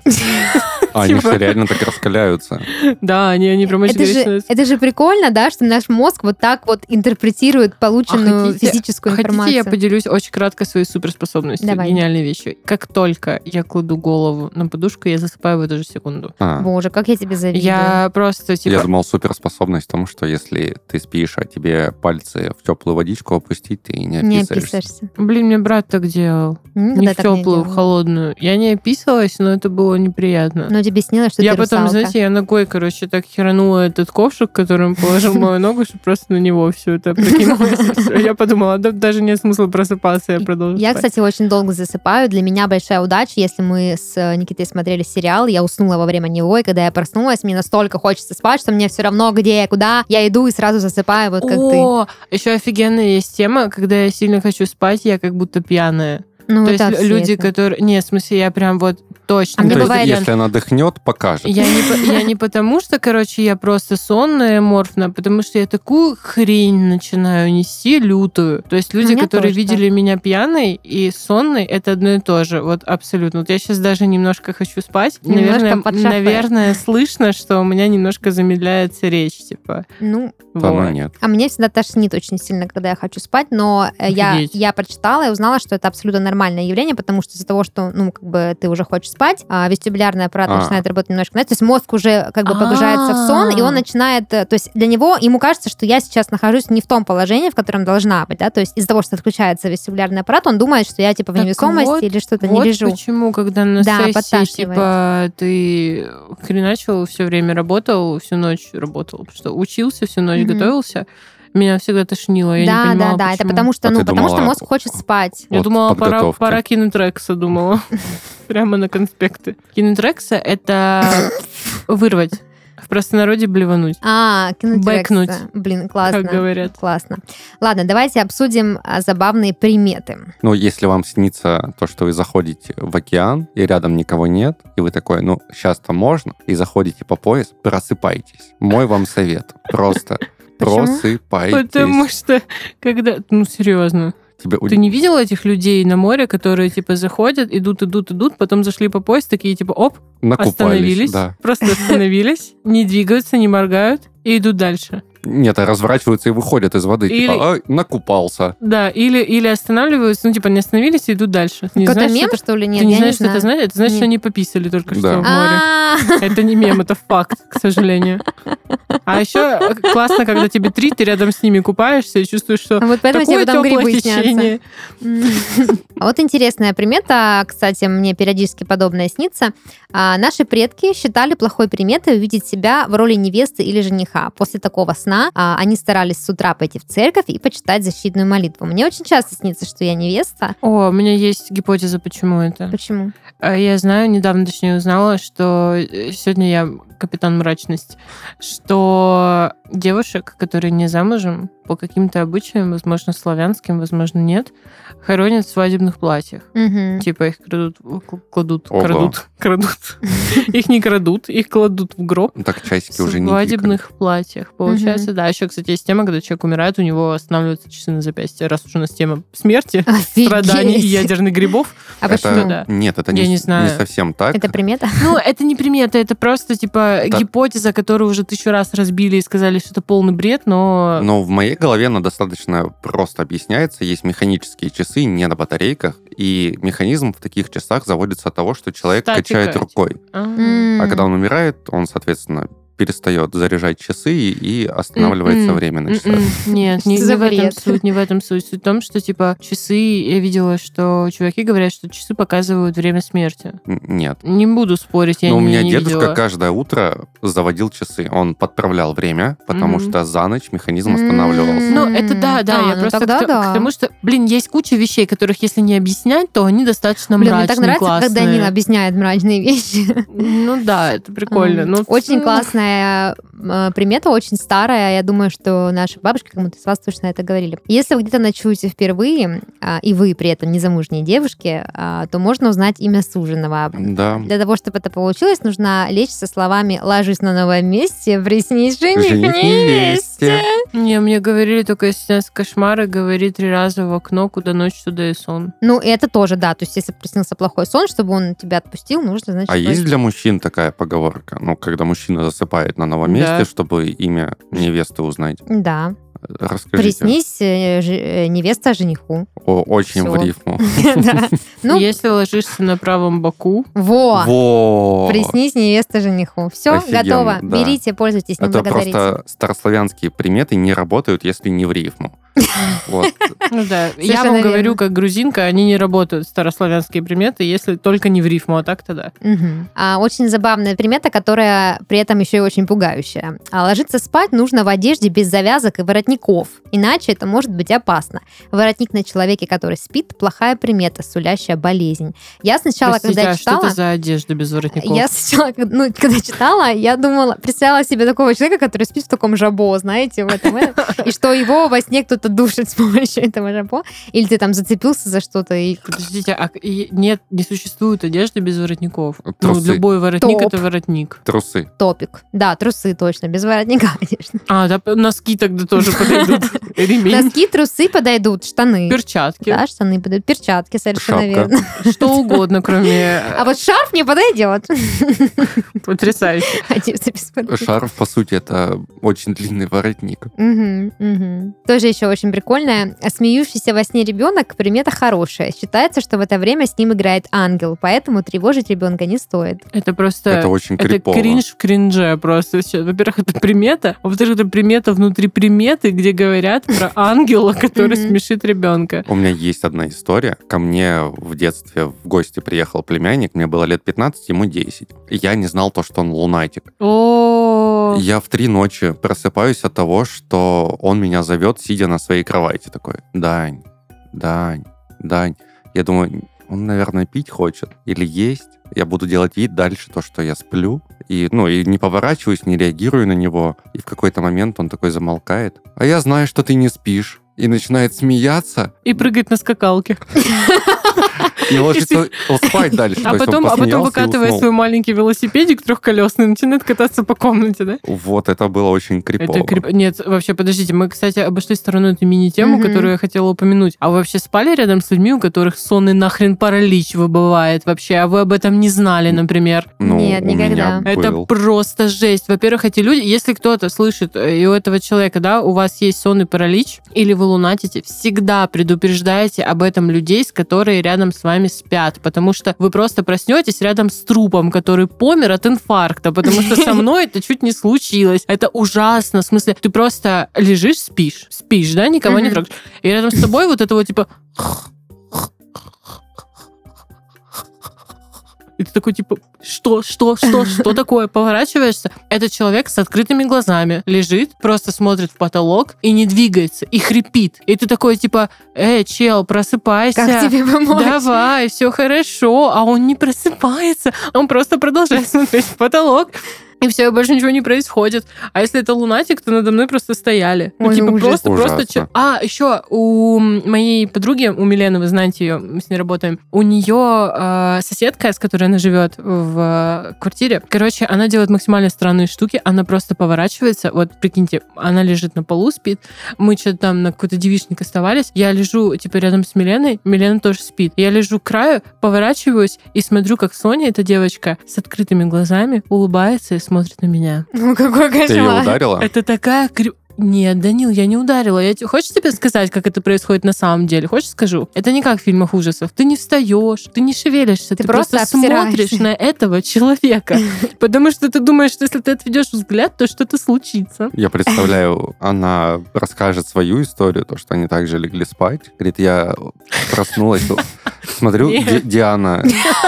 S2: Они все реально так раскаляются.
S3: Да, они прям очень горячие.
S1: Это же прикольно, да, что наш мозг вот так вот интерпретирует полученную физическую информацию.
S3: Хотите, я поделюсь очень кратко своей суперспособностью,
S1: Давай.
S3: гениальной вещью. Как только я кладу голову на подушку, я засыпаю в эту же секунду.
S1: Боже, как я тебе завидую.
S3: Я просто,
S2: Я думал, суперспособность в том, что если ты спишь, а тебе пальцы в теплую водичку опустить, ты не
S1: Не
S2: описаешься.
S1: описаешься.
S3: Блин, мне брат так делал.
S1: Никогда
S3: Не в
S1: так не
S3: теплую, в
S1: делала.
S3: холодную. Я не описалась, но это было неприятно.
S1: Но тебе снилось, что
S3: Я
S1: ты
S3: потом,
S1: русалка.
S3: знаете, я ногой, короче, так херанула этот ковшик, которым положил мою ногу, что просто на него все это прокинулось. и всё. Я подумала, да, даже нет смысла просыпаться, я продолжу
S1: Я,
S3: спать.
S1: кстати, очень долго засыпаю. Для меня большая удача, если мы с Никитой смотрели сериал, я уснула во время него, и когда я проснулась, мне настолько хочется спать, что мне все равно, где я, куда, я иду и сразу засыпаю, вот как ты.
S3: О, еще офигенная есть тема, когда я сильно хочу спать, я как будто пьяная.
S1: Ну,
S3: То
S1: это
S3: есть
S1: все
S3: люди,
S1: это.
S3: которые... Нет, в смысле, я прям вот точно...
S1: А мне
S2: То есть,
S1: бывает-
S2: если она дыхнет, покажет.
S3: Я не потому, что, короче, я просто сонная, аморфна, а потому что я такую хрень начинаю нести лютую. То есть люди,
S1: меня
S3: которые
S1: тоже
S3: видели меня пьяной и сонной, это одно и то же. Вот абсолютно. Вот я сейчас даже немножко хочу спать.
S1: Немножко подшахтаешь.
S3: Наверное, слышно, что у меня немножко замедляется речь, типа.
S1: Ну,
S2: Да, ну
S3: Вот.
S2: нет.
S1: а мне всегда тошнит очень сильно, когда я хочу спать, но
S3: Офигеть.
S1: я прочитала и узнала, что это абсолютно нормальное явление, потому что из-за того, что, ну, как бы ты уже хочешь спать, вестибулярный аппарат начинает работать немножко, знаете, то есть мозг уже как бы погружается в сон, и он начинает, то есть для него, ему кажется, что я сейчас нахожусь не в том положении, в котором должна быть, да, то есть из-за того, что отключается вестибулярный аппарат, он думает, что я типа в
S3: Так
S1: невесомости
S3: вот-
S1: или что-то
S3: Вот
S1: не лежу.
S3: почему, когда на
S1: Да,
S3: сессии,
S1: подташнивает.
S3: типа, ты хреначил все время, работал, всю ночь работал, потому что учился всю ночь,
S1: Мгм.
S3: готовился, меня всегда тошнило, я не
S1: Да,
S3: понимала,
S1: да, это
S3: почему.
S1: потому что,
S2: А
S1: ну,
S2: ты
S1: потому что
S2: думала,
S1: мозг хочет спать.
S3: Я
S2: От
S3: думала,
S2: подготовки.
S3: пора кинотрекса, думала. Прямо на конспекты. Кинотрекса — это вырвать. В простонародье блевануть.
S1: Кинотрекса.
S3: Бэкнуть,
S1: Блин, классно.
S3: как говорят.
S1: Классно. Ладно, давайте обсудим забавные приметы.
S2: Ну, если вам снится то, что вы заходите в океан, и рядом никого нет, и вы такой, ну, сейчас-то можно, и заходите по пояс, просыпайтесь. Мой вам совет. Просто
S1: Почему?
S2: просыпайтесь.
S3: Потому что, когда... Ну, серьезно.
S2: Тебе
S3: Ты не видел этих людей на море, которые, типа, заходят, идут, потом зашли по пояс, такие, типа, оп,
S2: накупались.
S3: остановились,
S2: Да.
S3: просто остановились, не двигаются, не моргают и идут дальше.
S2: Нет, а разворачиваются и выходят из воды.
S3: Или-
S2: Типа, ай, накупался.
S3: Да, или останавливаются, ну, типа, не остановились и идут дальше. Не
S1: Какой-то
S3: знаешь,
S1: мем,
S3: что это-
S1: что ли? Нет,
S3: Ты не
S1: я
S3: знаешь, что
S1: знаю.
S3: это значит? Это значит,
S1: Нет.
S3: что они пописали только
S2: Да.
S3: что в море.
S1: А,
S3: Это не мем, это факт, к сожалению. А еще классно, когда тебе 3, ты рядом с ними купаешься и чувствуешь, что
S1: Вот поэтому тебе
S3: такое
S1: потом
S3: теплое
S1: грибы
S3: течение.
S1: снятся. А вот интересная примета, кстати, мне периодически подобное снится. Наши предки считали плохой приметой увидеть себя в роли невесты или жениха. После такого сна они старались с утра пойти в церковь и почитать защитную молитву. Мне очень часто снится, что я невеста.
S3: О, у меня есть гипотеза, почему это.
S1: Почему?
S3: Я знаю, недавно, точнее, узнала, что сегодня я капитан мрачность, что девушек, которые не замужем, по каким-то обычаям, возможно, славянским, возможно, нет, хоронят в свадебных платьях.
S1: Мгм.
S3: Типа их кладут,
S2: Ого.
S3: крадут. Их не крадут, их кладут в гроб.
S2: Ну, так часики
S3: В
S2: уже не
S3: свадебных платьях. Получается, да. Еще, кстати, есть тема, когда человек умирает, у него останавливаются часы на запястье. Раз уж у нас тема смерти,
S1: Офигеть.
S3: страданий и ядерных грибов.
S1: А
S2: Это-
S1: почему?
S3: да.
S2: Нет, это
S3: Я не знаю.
S2: совсем так.
S1: Это примета?
S3: Ну, это не примета, это просто, типа,
S2: Да.
S3: гипотеза, которую уже 1000 раз разбили и сказали, что это полный бред, но...
S2: Но в моей голове она достаточно просто объясняется. Есть механические часы не на батарейках, и механизм в таких часах заводится от того, что человек
S3: Статика.
S2: качает рукой. А когда он умирает, он, соответственно, перестает заряжать часы и останавливается время на часах.
S3: Нет,
S1: Что
S3: не
S1: за
S3: в этом
S1: бред?
S3: суть, не в этом суть. Суть в том, что, типа, часы, я видела, что чуваки говорят, что часы показывают время смерти.
S2: Нет.
S3: Не буду спорить, я
S2: Но у
S3: не
S2: меня
S3: не
S2: дедушка
S3: видела.
S2: каждое утро заводил часы. Он подправлял время, потому
S3: Мгм.
S2: что за ночь механизм останавливался.
S3: Ну, это да,
S1: А,
S3: я
S1: ну
S3: просто
S1: тогда да.
S3: к тому, что, блин, есть куча вещей, которых, если не объяснять, то они достаточно
S1: Блин, мне
S3: мрачные,
S1: так нравится,
S3: классные.
S1: когда Данила объясняет мрачные вещи.
S3: Ну да, это прикольно. Ну,
S1: Очень классная примета, очень старая. Я думаю, что наши бабушки, кому-то из вас точно это говорили. Если вы где-то ночуете впервые, и вы при этом незамужние девушки, то можно узнать имя суженого.
S2: Да.
S1: Для того, чтобы это получилось, нужно лечь со словами «ложись на новом месте, приснись жених
S2: Жених
S1: невесте».
S2: вместе.
S3: Не, мне говорили только, если снятся кошмары, говори 3 раза в окно, куда ночь, туда и сон.
S1: Ну, и это тоже, да. То есть, если приснился плохой сон, чтобы он тебя отпустил, нужно, значит...
S2: А есть для мужчин такая поговорка? Ну, когда мужчина засыпает на новом месте, чтобы имя невесты узнать.
S1: Да.
S2: Расскажите.
S1: Приснись невеста жениху.
S2: Очень
S1: Всё.
S2: в рифму.
S1: Да. Ну,
S3: Если ложишься на правом боку,
S1: во! Приснись невеста жениху. Все,
S2: Офигенно,
S1: готово.
S2: да.
S1: Берите, пользуйтесь, не
S2: Это
S1: благодарите.
S2: просто старославянские приметы не работают, если не в рифму. Вот.
S3: ну да, я
S1: Совершенно
S3: вам
S1: верно.
S3: говорю, как грузинка, они не работают, старославянские приметы, если только не в рифму, а так-то да.
S1: Мгм. Очень забавная примета, которая при этом еще и очень пугающая. Ложиться спать нужно в одежде без завязок и воротников, иначе это может быть опасно. Воротник на человеке, который спит, плохая примета, сулящая болезнь. Я сначала,
S3: Простите,
S1: когда
S3: а
S1: читала...
S3: что это за одежда без воротников?
S1: Я сначала, когда читала, я думала, представляла себе такого человека, который спит в таком жабо, знаете, в этом, и что его во сне кто-то душит с помощью этого жабо, или ты там зацепился за что-то и...
S3: Подождите, нет, не существует одежды без воротников.
S2: Трусы.
S3: Ну, любой воротник
S1: Топ.
S3: это воротник.
S2: Трусы.
S1: Топик. Да, трусы точно, без воротника, конечно.
S3: А, да, носки тогда тоже подойдут. Ремень.
S1: Носки, трусы подойдут, штаны.
S3: Перчатки.
S1: Да, штаны подойдут, перчатки, совершенно
S2: Шапка.
S1: верно.
S3: Что угодно, кроме...
S1: А вот шарф не подойдет.
S3: Потрясающе.
S1: Одежда без воротника.
S2: Шарф, по сути, это очень длинный воротник.
S1: Мгм, мгм. Тоже еще очень прикольная. Смеющийся во сне ребенок примета хорошая. Считается, что в это время с ним играет ангел, поэтому тревожить ребенка не стоит.
S3: Это просто...
S2: Это очень
S3: Это
S2: крипово.
S3: кринж в кринже просто. Сейчас, во-первых, это примета, а во-вторых, это примета внутри приметы, где говорят про ангела, который
S1: Мгм.
S3: смешит ребенка.
S2: У меня есть одна история. Ко мне в детстве в гости приехал племянник, мне было лет 15, ему 10. И я не знал то, что он лунатик.
S3: О,
S2: Я в 3 ночи просыпаюсь от того, что он меня зовет, сидя на своей кровати. Такой: Дань, Дань, Дань. Я думаю, он, наверное, пить хочет или есть. Я буду делать вид дальше то, что я сплю. И не поворачиваюсь, не реагирую на него. И в какой-то момент он такой замолкает. А я знаю, что ты не спишь. И начинает смеяться.
S3: и прыгать на скакалке.
S2: И ложится спать дальше.
S3: А
S2: То есть он
S3: потом
S2: посмеялся и
S3: выкатывает
S2: уснул.
S3: свой маленький велосипедик трехколесный, начинает кататься по комнате, да?
S2: Вот это было очень крипово.
S3: Нет, вообще, подождите, мы, кстати, обошли стороной эту мини-тему,
S1: Мгм.
S3: которую я хотела упомянуть. А вы вообще спали рядом с людьми, у которых сонный нахрен паралич выбывает вообще, а вы об этом не знали, например?
S1: Нет,
S2: у меня
S1: никогда.
S3: Это
S2: был.
S3: просто жесть. Во-первых, эти люди, если кто-то слышит, и у этого человека, да, у вас есть сонный паралич, или вы лунатите, всегда предупреждайте об этом людей, которые рядом с вами спят, потому что вы просто проснетесь рядом с трупом, который помер от инфаркта, потому что со мной это чуть не случилось. Это ужасно. В смысле, ты просто лежишь, спишь, да, никого не
S1: Мгм.
S3: трогаешь. И рядом с тобой вот это вот типа... И ты такой, типа, что такое? Поворачиваешься, этот человек с открытыми глазами лежит, просто смотрит в потолок и не двигается, и хрипит. И ты такой, типа, чел, просыпайся.
S1: Как тебе помочь?
S3: Давай, все хорошо. А он не просыпается, он просто продолжает смотреть в потолок. И все, больше ничего не происходит. А если это лунатик, то надо мной просто стояли.
S1: Ой, ужас.
S3: Просто...
S2: Ужасно.
S3: еще у моей подруги, у Милены, вы знаете ее, мы с ней работаем, у нее соседка, с которой она живет в квартире, короче, она делает максимально странные штуки, она просто поворачивается, вот прикиньте, она лежит на полу, спит, мы что-то там на какой-то девичник оставались, я лежу, типа, рядом с Миленой, Милена тоже спит. Я лежу к краю, поворачиваюсь и смотрю, как Соня, эта девочка, с открытыми глазами улыбается и смотрит на меня.
S1: Ну, какой
S2: Ты ее
S1: кошмар.
S2: ударила?
S3: Это такая... Нет, Данил, я не ударила. Хочешь тебе сказать, как это происходит на самом деле? Хочешь, скажу? Это не как в фильмах ужасов. Ты не встаешь, ты не шевелишься, ты просто
S1: обсираешься.
S3: смотришь на этого человека. Потому что ты думаешь, что если ты отведешь взгляд, то что-то случится.
S2: Я представляю, она расскажет свою историю, то, что они также легли спать. Говорит, я проснулась, смотрю,
S3: Нет.
S2: Диана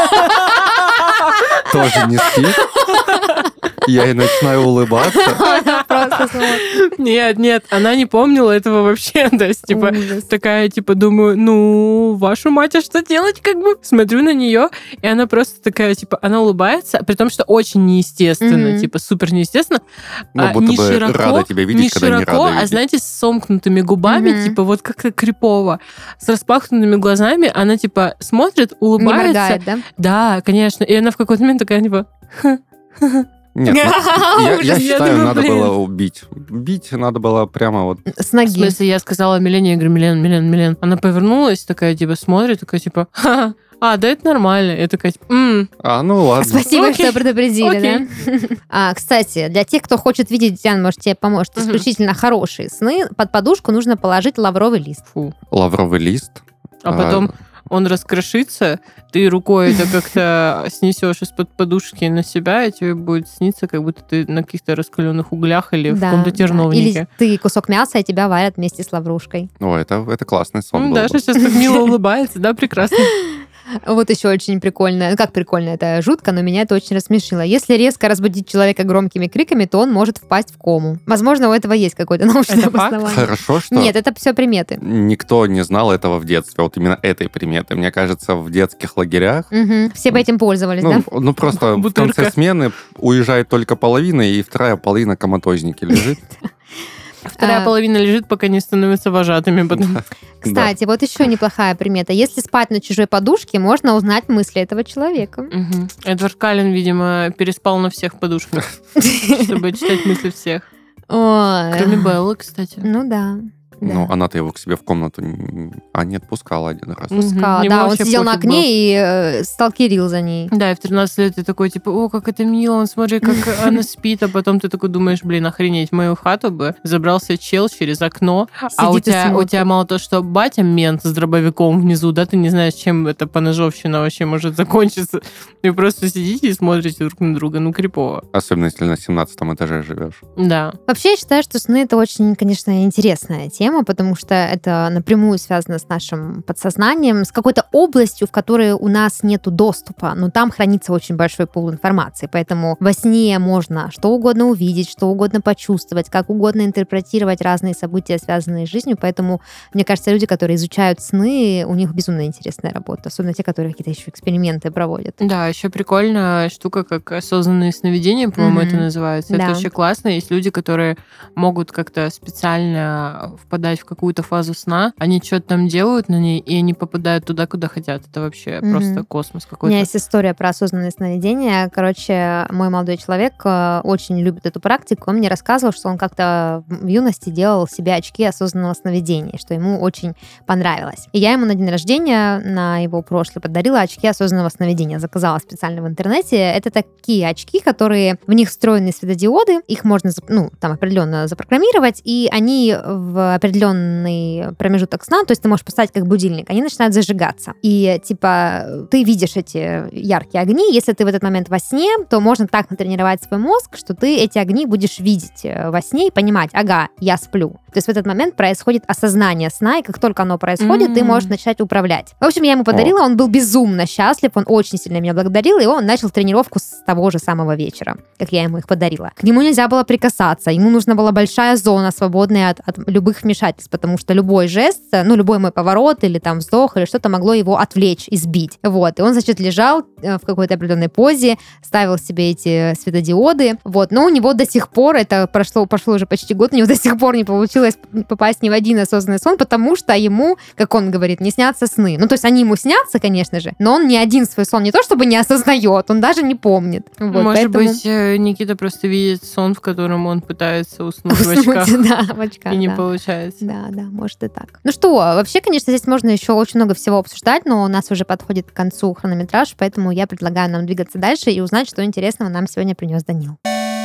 S2: тоже не спит. Я ей начинаю улыбаться.
S1: Она просто смотрит.
S3: Нет, она не помнила этого вообще. То есть, типа,
S1: Ужас.
S3: такая, типа, думаю, ну, вашу мать, а что делать, как бы? Смотрю на нее, и она просто такая, типа, она улыбается, при том, что очень неестественно,
S1: Мгм.
S3: типа, супер неестественно.
S2: Ну, будто
S3: не
S2: бы
S3: широко,
S2: рада тебя видеть,
S3: не
S2: когда не
S3: широко,
S2: рада
S3: а,
S2: видеть.
S3: знаете, с сомкнутыми губами,
S1: Мгм.
S3: типа, вот как-то крипово. С распахнутыми глазами она, типа, смотрит,
S1: Не
S3: улыбается.
S1: моргает, да?
S3: Да, конечно. И она в какой-то момент такая, типа,
S2: Нет, я
S3: Ужас,
S2: считаю,
S3: думаю,
S2: надо
S3: блин.
S2: было убить. Бить надо было прямо вот...
S1: С
S3: В
S1: ноги.
S3: смысле, я сказала Милене, я говорю, Милен. Она повернулась, такая, типа, смотрит, такая, типа, ха-ха, да это нормально. Я такая, типа,
S2: ну ладно.
S1: Спасибо,
S3: Окей.
S1: что предупредили,
S3: Окей.
S1: да? Кстати, для тех, кто хочет видеть, Диана, может, тебе поможет,
S3: Мгм.
S1: исключительно хорошие сны, под подушку нужно положить лавровый лист.
S3: Фу.
S2: Лавровый лист.
S3: А потом он раскрошится, ты рукой это как-то снесешь из-под подушки на себя, и тебе будет сниться, как будто ты на каких-то раскаленных углях или в
S1: Да,
S3: каком-то
S1: да.
S3: терновнике.
S1: Или ты кусок мяса, и тебя варят вместе с лаврушкой.
S2: О, это классный сон был.
S3: Даша сейчас так мило улыбается, да, прекрасно.
S1: Вот еще очень прикольно. Ну, как прикольно, это жутко, но меня это очень рассмешило. Если резко разбудить человека громкими криками, то он может впасть в кому. Возможно, у этого есть какое-то научное
S3: Это факт?
S1: обоснование.
S2: Хорошо, что
S1: Нет, это все приметы.
S2: никто не знал этого в детстве, вот именно этой приметы. Мне кажется, в детских лагерях
S1: Мгм. Все бы этим пользовались, да?
S2: ну, просто в
S3: Бутырка.
S2: конце смены уезжает только половина, и вторая половина коматозники лежит.
S3: Вторая
S1: А.
S3: половина лежит, пока не становятся вожатыми. Потом.
S1: Кстати, вот еще неплохая примета. Если спать на чужой подушке, можно узнать мысли этого человека.
S3: Мгм. Эдвард Каллен, видимо, переспал на всех подушках, чтобы читать мысли всех.
S1: Ой.
S3: Кроме Беллы, кстати.
S1: Ну да.
S2: Ну,
S1: да.
S2: она-то его к себе в комнату не отпускала один раз.
S1: Пускала.
S3: Ему
S1: Да, он
S3: вообще
S1: сидел на
S3: пофиг был.
S1: окне и сталкерил за ней.
S3: Да, и в 13 лет ты такой, типа, о, как это мило, он смотри, как она спит, а потом ты такой думаешь, блин, охренеть, в мою хату бы забрался чел через окно, а у
S1: Сидит и
S3: тебя
S1: смотрит.
S3: мало то, что батя мент с дробовиком внизу, да, ты не знаешь, чем эта поножовщина вообще может закончиться. Вы просто сидите и смотрите друг на друга, ну, крипово.
S2: Особенно, если на 17 этаже живешь.
S3: Да.
S1: Вообще, я считаю, что сны — это очень, конечно, интересная тема, потому что это напрямую связано с нашим подсознанием, с какой-то областью, в которой у нас нету доступа, но там хранится очень большой пул информации, поэтому во сне можно что угодно увидеть, что угодно почувствовать, как угодно интерпретировать разные события, связанные с жизнью, поэтому, мне кажется, люди, которые изучают сны, у них безумно интересная работа, особенно те, которые какие-то еще эксперименты проводят.
S3: Да, еще прикольная штука, как осознанные сновидения, по-моему,
S1: Мгм.
S3: это называется.
S1: Да.
S3: Это вообще классно. Есть люди, которые могут как-то специально впадать в какую-то фазу сна, они что-то там делают на ней, и они попадают туда, куда хотят. Это вообще
S1: Мгм.
S3: просто космос
S1: У
S3: какой-то.
S1: меня есть история про осознанное сновидение. Короче, мой молодой человек очень любит эту практику. Он мне рассказывал, что он как-то в юности делал себе очки осознанного сновидения, что ему очень понравилось. И я ему на день рождения, на его прошлый, подарила очки осознанного сновидения. Заказала специально в интернете. Это такие очки, которые в них встроены светодиоды. Их можно, там определенно запрограммировать, и они в определенный промежуток сна, то есть ты можешь поставить как будильник, они начинают зажигаться. И типа ты видишь эти яркие огни, если ты в этот момент во сне, то можно так натренировать свой мозг, что ты эти огни будешь видеть во сне и понимать, ага, я сплю. То есть в этот момент происходит осознание сна, и как только оно происходит, ты можешь начать управлять. В общем, я ему подарила, он был безумно счастлив, он очень сильно меня благодарил, и он начал тренировку с того же самого вечера, как я ему их подарила. К нему нельзя было прикасаться, ему нужна была большая зона, свободная от любых вмешательств, потому что любой жест, любой мой поворот или там вздох или что-то могло его отвлечь и сбить. Вот, и он, значит, лежал в какой-то определенной позе, ставил себе эти светодиоды, вот, но у него до сих пор, это прошло уже почти год, у него до сих пор не получилось попасть ни в один осознанный сон, потому что ему, как он говорит, не снятся сны. Ну, то есть они ему снятся, конечно же, но он ни один свой сон не то чтобы не осознает, он даже не помнит. Вот,
S3: Может
S1: поэтому...
S3: быть, Никита просто видит сон, в котором он пытается уснуть в
S1: Уснуть,
S3: очках,
S1: да, в очках,
S3: и не
S1: да.
S3: получается.
S1: Да, может и так. Ну что, вообще, конечно, здесь можно еще очень много всего обсуждать, но у нас уже подходит к концу хронометраж, поэтому я предлагаю нам двигаться дальше и узнать, что интересного нам сегодня принес Данил.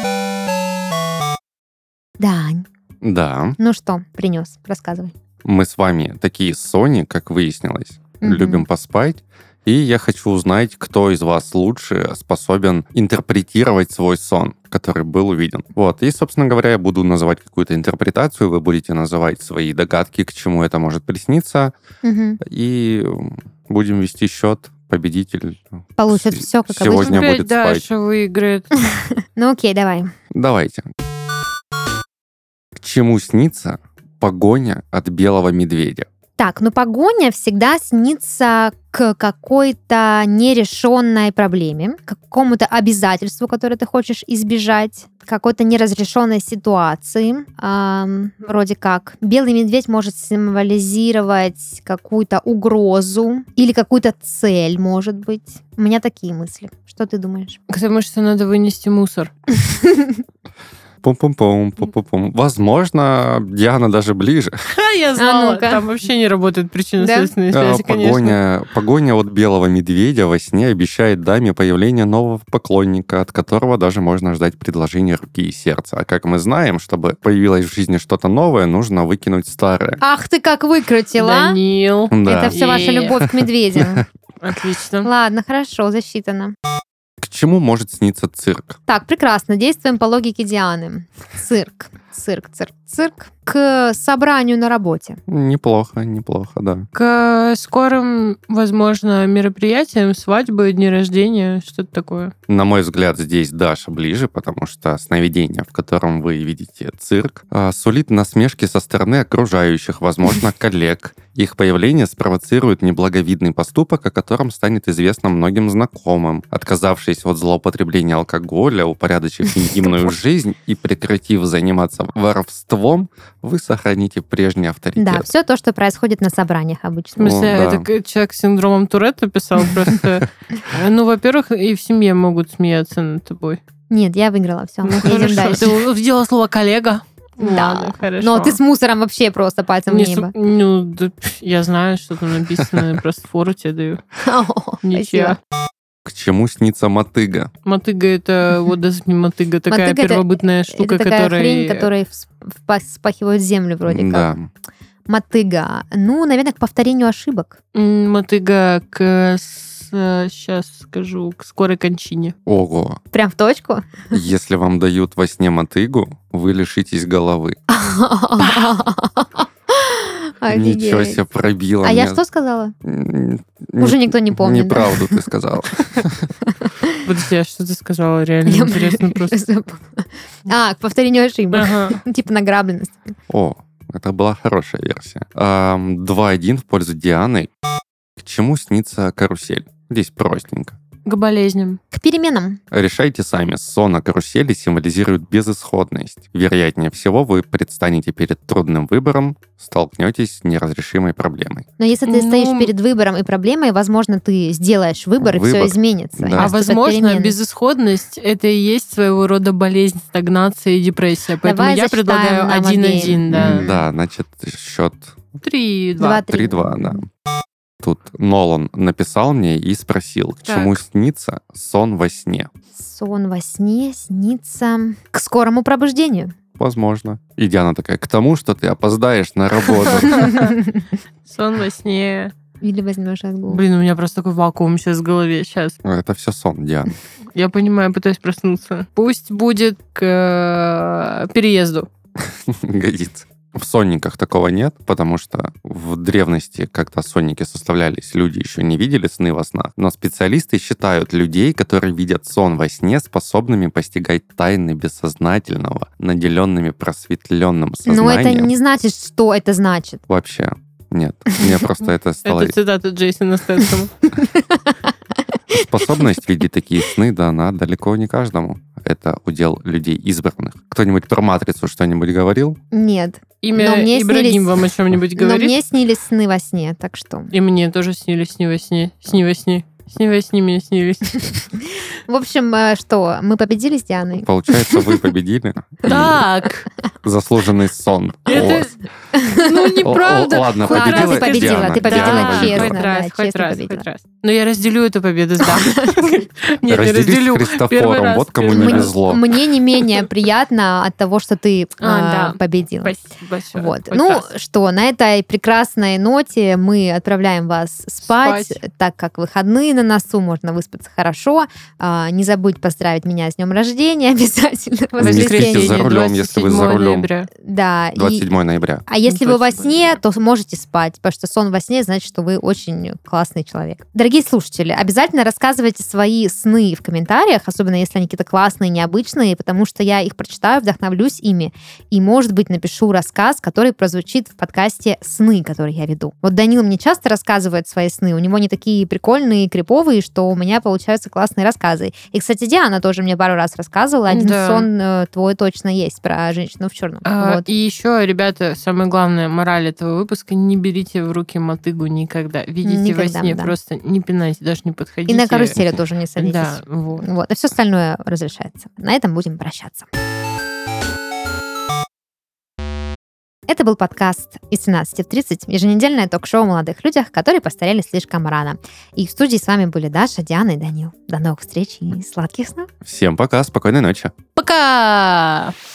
S1: Дань,
S2: Да,
S1: ну что принес? Рассказывай.
S2: мы с вами такие Сони, как выяснилось,
S1: Мгм.
S2: любим поспать. И я хочу узнать, кто из вас лучше способен интерпретировать свой сон, который был увиден. Вот. И, собственно говоря, я буду называть какую-то интерпретацию, вы будете называть свои догадки, к чему это может присниться,
S1: Мгм.
S2: и будем вести счет. Победитель
S1: Получит все, как
S2: сегодня
S1: обычно.
S3: Опять
S2: будет спать.
S3: Даша выиграет.
S1: Ну окей, давай.
S2: Давайте. К чему снится погоня от белого медведя?
S1: Так, но погоня всегда снится к какой-то нерешенной проблеме, к какому-то обязательству, которое ты хочешь избежать, какой-то неразрешенной ситуации. Вроде как белый медведь может символизировать какую-то угрозу или какую-то цель, может быть. У меня такие мысли. Что ты думаешь?
S3: Потому что надо вынести мусор.
S2: Пум-пум-пум. Возможно, Диана даже ближе.
S3: Я знала.
S1: ну-ка.
S3: Там вообще не работает причинно-следственные связи, конечно.
S2: Погоня от белого медведя во сне обещает даме появление нового поклонника, от которого даже можно ждать предложения руки и сердца. А как мы знаем, чтобы появилось в жизни что-то новое, нужно выкинуть старое.
S1: Ах ты как выкрутила!
S3: Данил.
S2: Да.
S1: Это все ваша любовь к медведям.
S3: Отлично.
S1: Ладно, хорошо, засчитано.
S2: К чему может сниться цирк?
S1: Так, прекрасно. Действуем по логике Дианы. Цирк. К собранию на работе.
S2: Неплохо, да.
S3: К скорым, возможно, мероприятиям, свадьбы, дни рождения, что-то такое.
S2: На мой взгляд, здесь Даша ближе, потому что сновидение, в котором вы видите цирк, сулит насмешки со стороны окружающих, возможно, коллег. Их появление спровоцирует неблаговидный поступок, о котором станет известно многим знакомым. Отказавшись от злоупотребления алкоголя, упорядочив интимную жизнь и прекратив заниматься воровством, вы сохраните прежний авторитет.
S1: Да, все то, что происходит на собраниях
S3: В
S1: обычно.
S3: смысле,
S2: да.
S3: это человек с синдромом Туретта писал просто. Ну, во-первых, и в семье могут смеяться над тобой.
S1: Нет, я выиграла, все.
S3: Ну,
S1: Едем
S3: хорошо.
S1: дальше.
S3: Ты увидела слово «коллега»?
S1: Да.
S3: Ладно, хорошо.
S1: Но ты с мусором вообще просто пальцем в небо.
S3: Ну, да, я знаю, что там написано, просто фору тебе даю. Ничья.
S2: К чему снится мотыга?
S3: Мотыга — это вот даже не мотыга, такая
S1: Мотыга — это-
S3: первобытная штука,
S1: Это такая
S3: которая...
S1: хрень, которая вспахивает землю вроде как.
S2: Да.
S1: Мотыга. Ну, наверное, к повторению ошибок.
S3: Мотыга сейчас скажу, к скорой кончине.
S2: Ого.
S1: Прям в точку?
S2: Если вам дают во сне мотыгу, вы лишитесь головы. Ничего
S1: Офигеть.
S2: себе, пробила
S1: А
S2: меня.
S1: я что сказала?
S2: М,
S1: Уже никто не помнит, да?
S2: Неправду ты сказала.
S3: Подожди, а что ты сказала? Реально
S1: Я
S3: интересно просто.
S1: А, к повторению ошибок.
S3: Ага.
S1: Типа награбленность.
S2: О, это была хорошая версия. 2-1 в пользу Дианы. К чему снится карусель? Здесь простенько.
S3: К болезням.
S1: К переменам.
S2: Решайте сами. Сон о карусели символизирует безысходность. Вероятнее всего, вы предстанете перед трудным выбором, столкнетесь с неразрешимой проблемой.
S1: Но если ты
S3: Ну,
S1: стоишь перед выбором и проблемой, возможно, ты сделаешь выбор, и все
S2: Выбор,
S1: изменится. и
S2: да.
S3: А
S1: наступят
S3: возможно,
S1: перемены.
S3: безысходность — это и есть своего рода болезнь, стагнация и депрессия. Поэтому
S1: Давай
S3: я
S1: засчитаем
S3: предлагаю
S1: нам
S3: 1-1, да.
S2: Да, значит, счет
S3: 3-2.
S1: 2-3.
S2: 3-2, да. Тут Нолан написал мне и спросил, к
S3: Так.
S2: чему снится сон во сне.
S1: Сон во сне снится к скорому пробуждению.
S2: Возможно. И Диана такая, к тому, что ты опоздаешь на работу.
S3: Сон во сне.
S1: Или возьмешь отгул.
S3: Блин, у меня просто такой вакуум сейчас в голове. Сейчас.
S2: Это все сон, Диана.
S3: Я понимаю, пытаюсь проснуться. Пусть будет к переезду.
S2: Годится. В сонниках такого нет, потому что в древности, когда сонники составлялись, люди еще не видели сны во снах. Но специалисты считают людей, которые видят сон во сне, способными постигать тайны бессознательного, наделенными просветленным сознанием.
S1: Но это не значит, что это значит.
S2: Вообще, нет. Мне просто это стало...
S3: Это цитата Джейсона Стэтхэма.
S2: Способность видеть такие сны дана далеко не каждому. Это удел людей избранных. Кто-нибудь про «Матрицу» что-нибудь говорил?
S1: Нет. Но
S3: Имя
S1: мне
S3: Ибрагим
S1: снились-
S3: вам о чем-нибудь
S1: Но
S3: говорит?
S1: мне снились сны во сне, так что...
S3: И мне тоже снились сны во сне. Сни во сне. Сни во сне мне снились.
S1: В общем, что, мы победили с Дианой?
S2: Получается, вы победили. И
S3: Так.
S2: заслуженный сон. у
S3: Это-
S2: вас.
S3: Ну, неправда.
S2: Ладно,
S1: Хоть раз
S2: победила
S1: ты победила,
S2: Диана.
S1: ты победила
S2: Диана
S1: честно.
S2: победила.
S3: Хоть раз,
S1: да,
S3: хоть
S1: честно
S3: раз,
S1: победила.
S3: хоть раз. Но я разделю эту победу с Даной. Нет, не
S2: Разделись
S3: разделю.
S2: с
S3: Первый
S2: Христофором,
S3: раз,
S2: вот кому
S3: первый
S2: не
S3: раз.
S2: везло.
S1: Мне не менее приятно от того, что ты
S3: Да.
S1: победила.
S3: Спасибо большое.
S1: Вот.
S3: Хоть
S1: Ну
S3: раз.
S1: что, на этой прекрасной ноте мы отправляем вас спать,
S3: Спать.
S1: так как выходные на носу, можно выспаться хорошо. Не забудь поздравить меня с днем рождения обязательно. в
S2: Не спите
S1: воскресенье.
S2: за рулем, если вы за рулем.
S3: ноября.
S1: Да.
S2: 27 ноября.
S1: А если вы во
S3: 27
S1: сне,
S3: ноября.
S1: то можете спать, потому что сон во сне значит, что вы очень классный человек. Дорогие слушатели, обязательно рассказывайте свои сны в комментариях, особенно если они какие-то классные, необычные, потому что я их прочитаю, вдохновлюсь ими, и, может быть, напишу рассказ, который прозвучит в подкасте «Сны», который я веду. Вот Данил мне часто рассказывает свои сны, у него они такие прикольные, криповые, что у меня получаются классные рассказы. И, кстати, Диана тоже мне пару раз рассказывала, один
S3: Да.
S1: сон твой точно есть про женщину в черном. Вот.
S3: И еще, ребята, самая главная мораль этого выпуска: не берите в руки мотыгу никогда. Видите
S1: Никогда,
S3: во сне,
S1: да.
S3: просто не пинайте, даже не подходите.
S1: И на карусели тоже не садитесь.
S3: Да, вот.
S1: Вот, а все остальное разрешается. На этом будем прощаться. Это был подкаст «Из 17 в 30», еженедельное ток-шоу о молодых людях, которые постарели слишком рано. И в студии с вами были Даша, Диана и Данил. До новых встреч и сладких снов.
S2: Всем пока, спокойной ночи.
S3: Пока!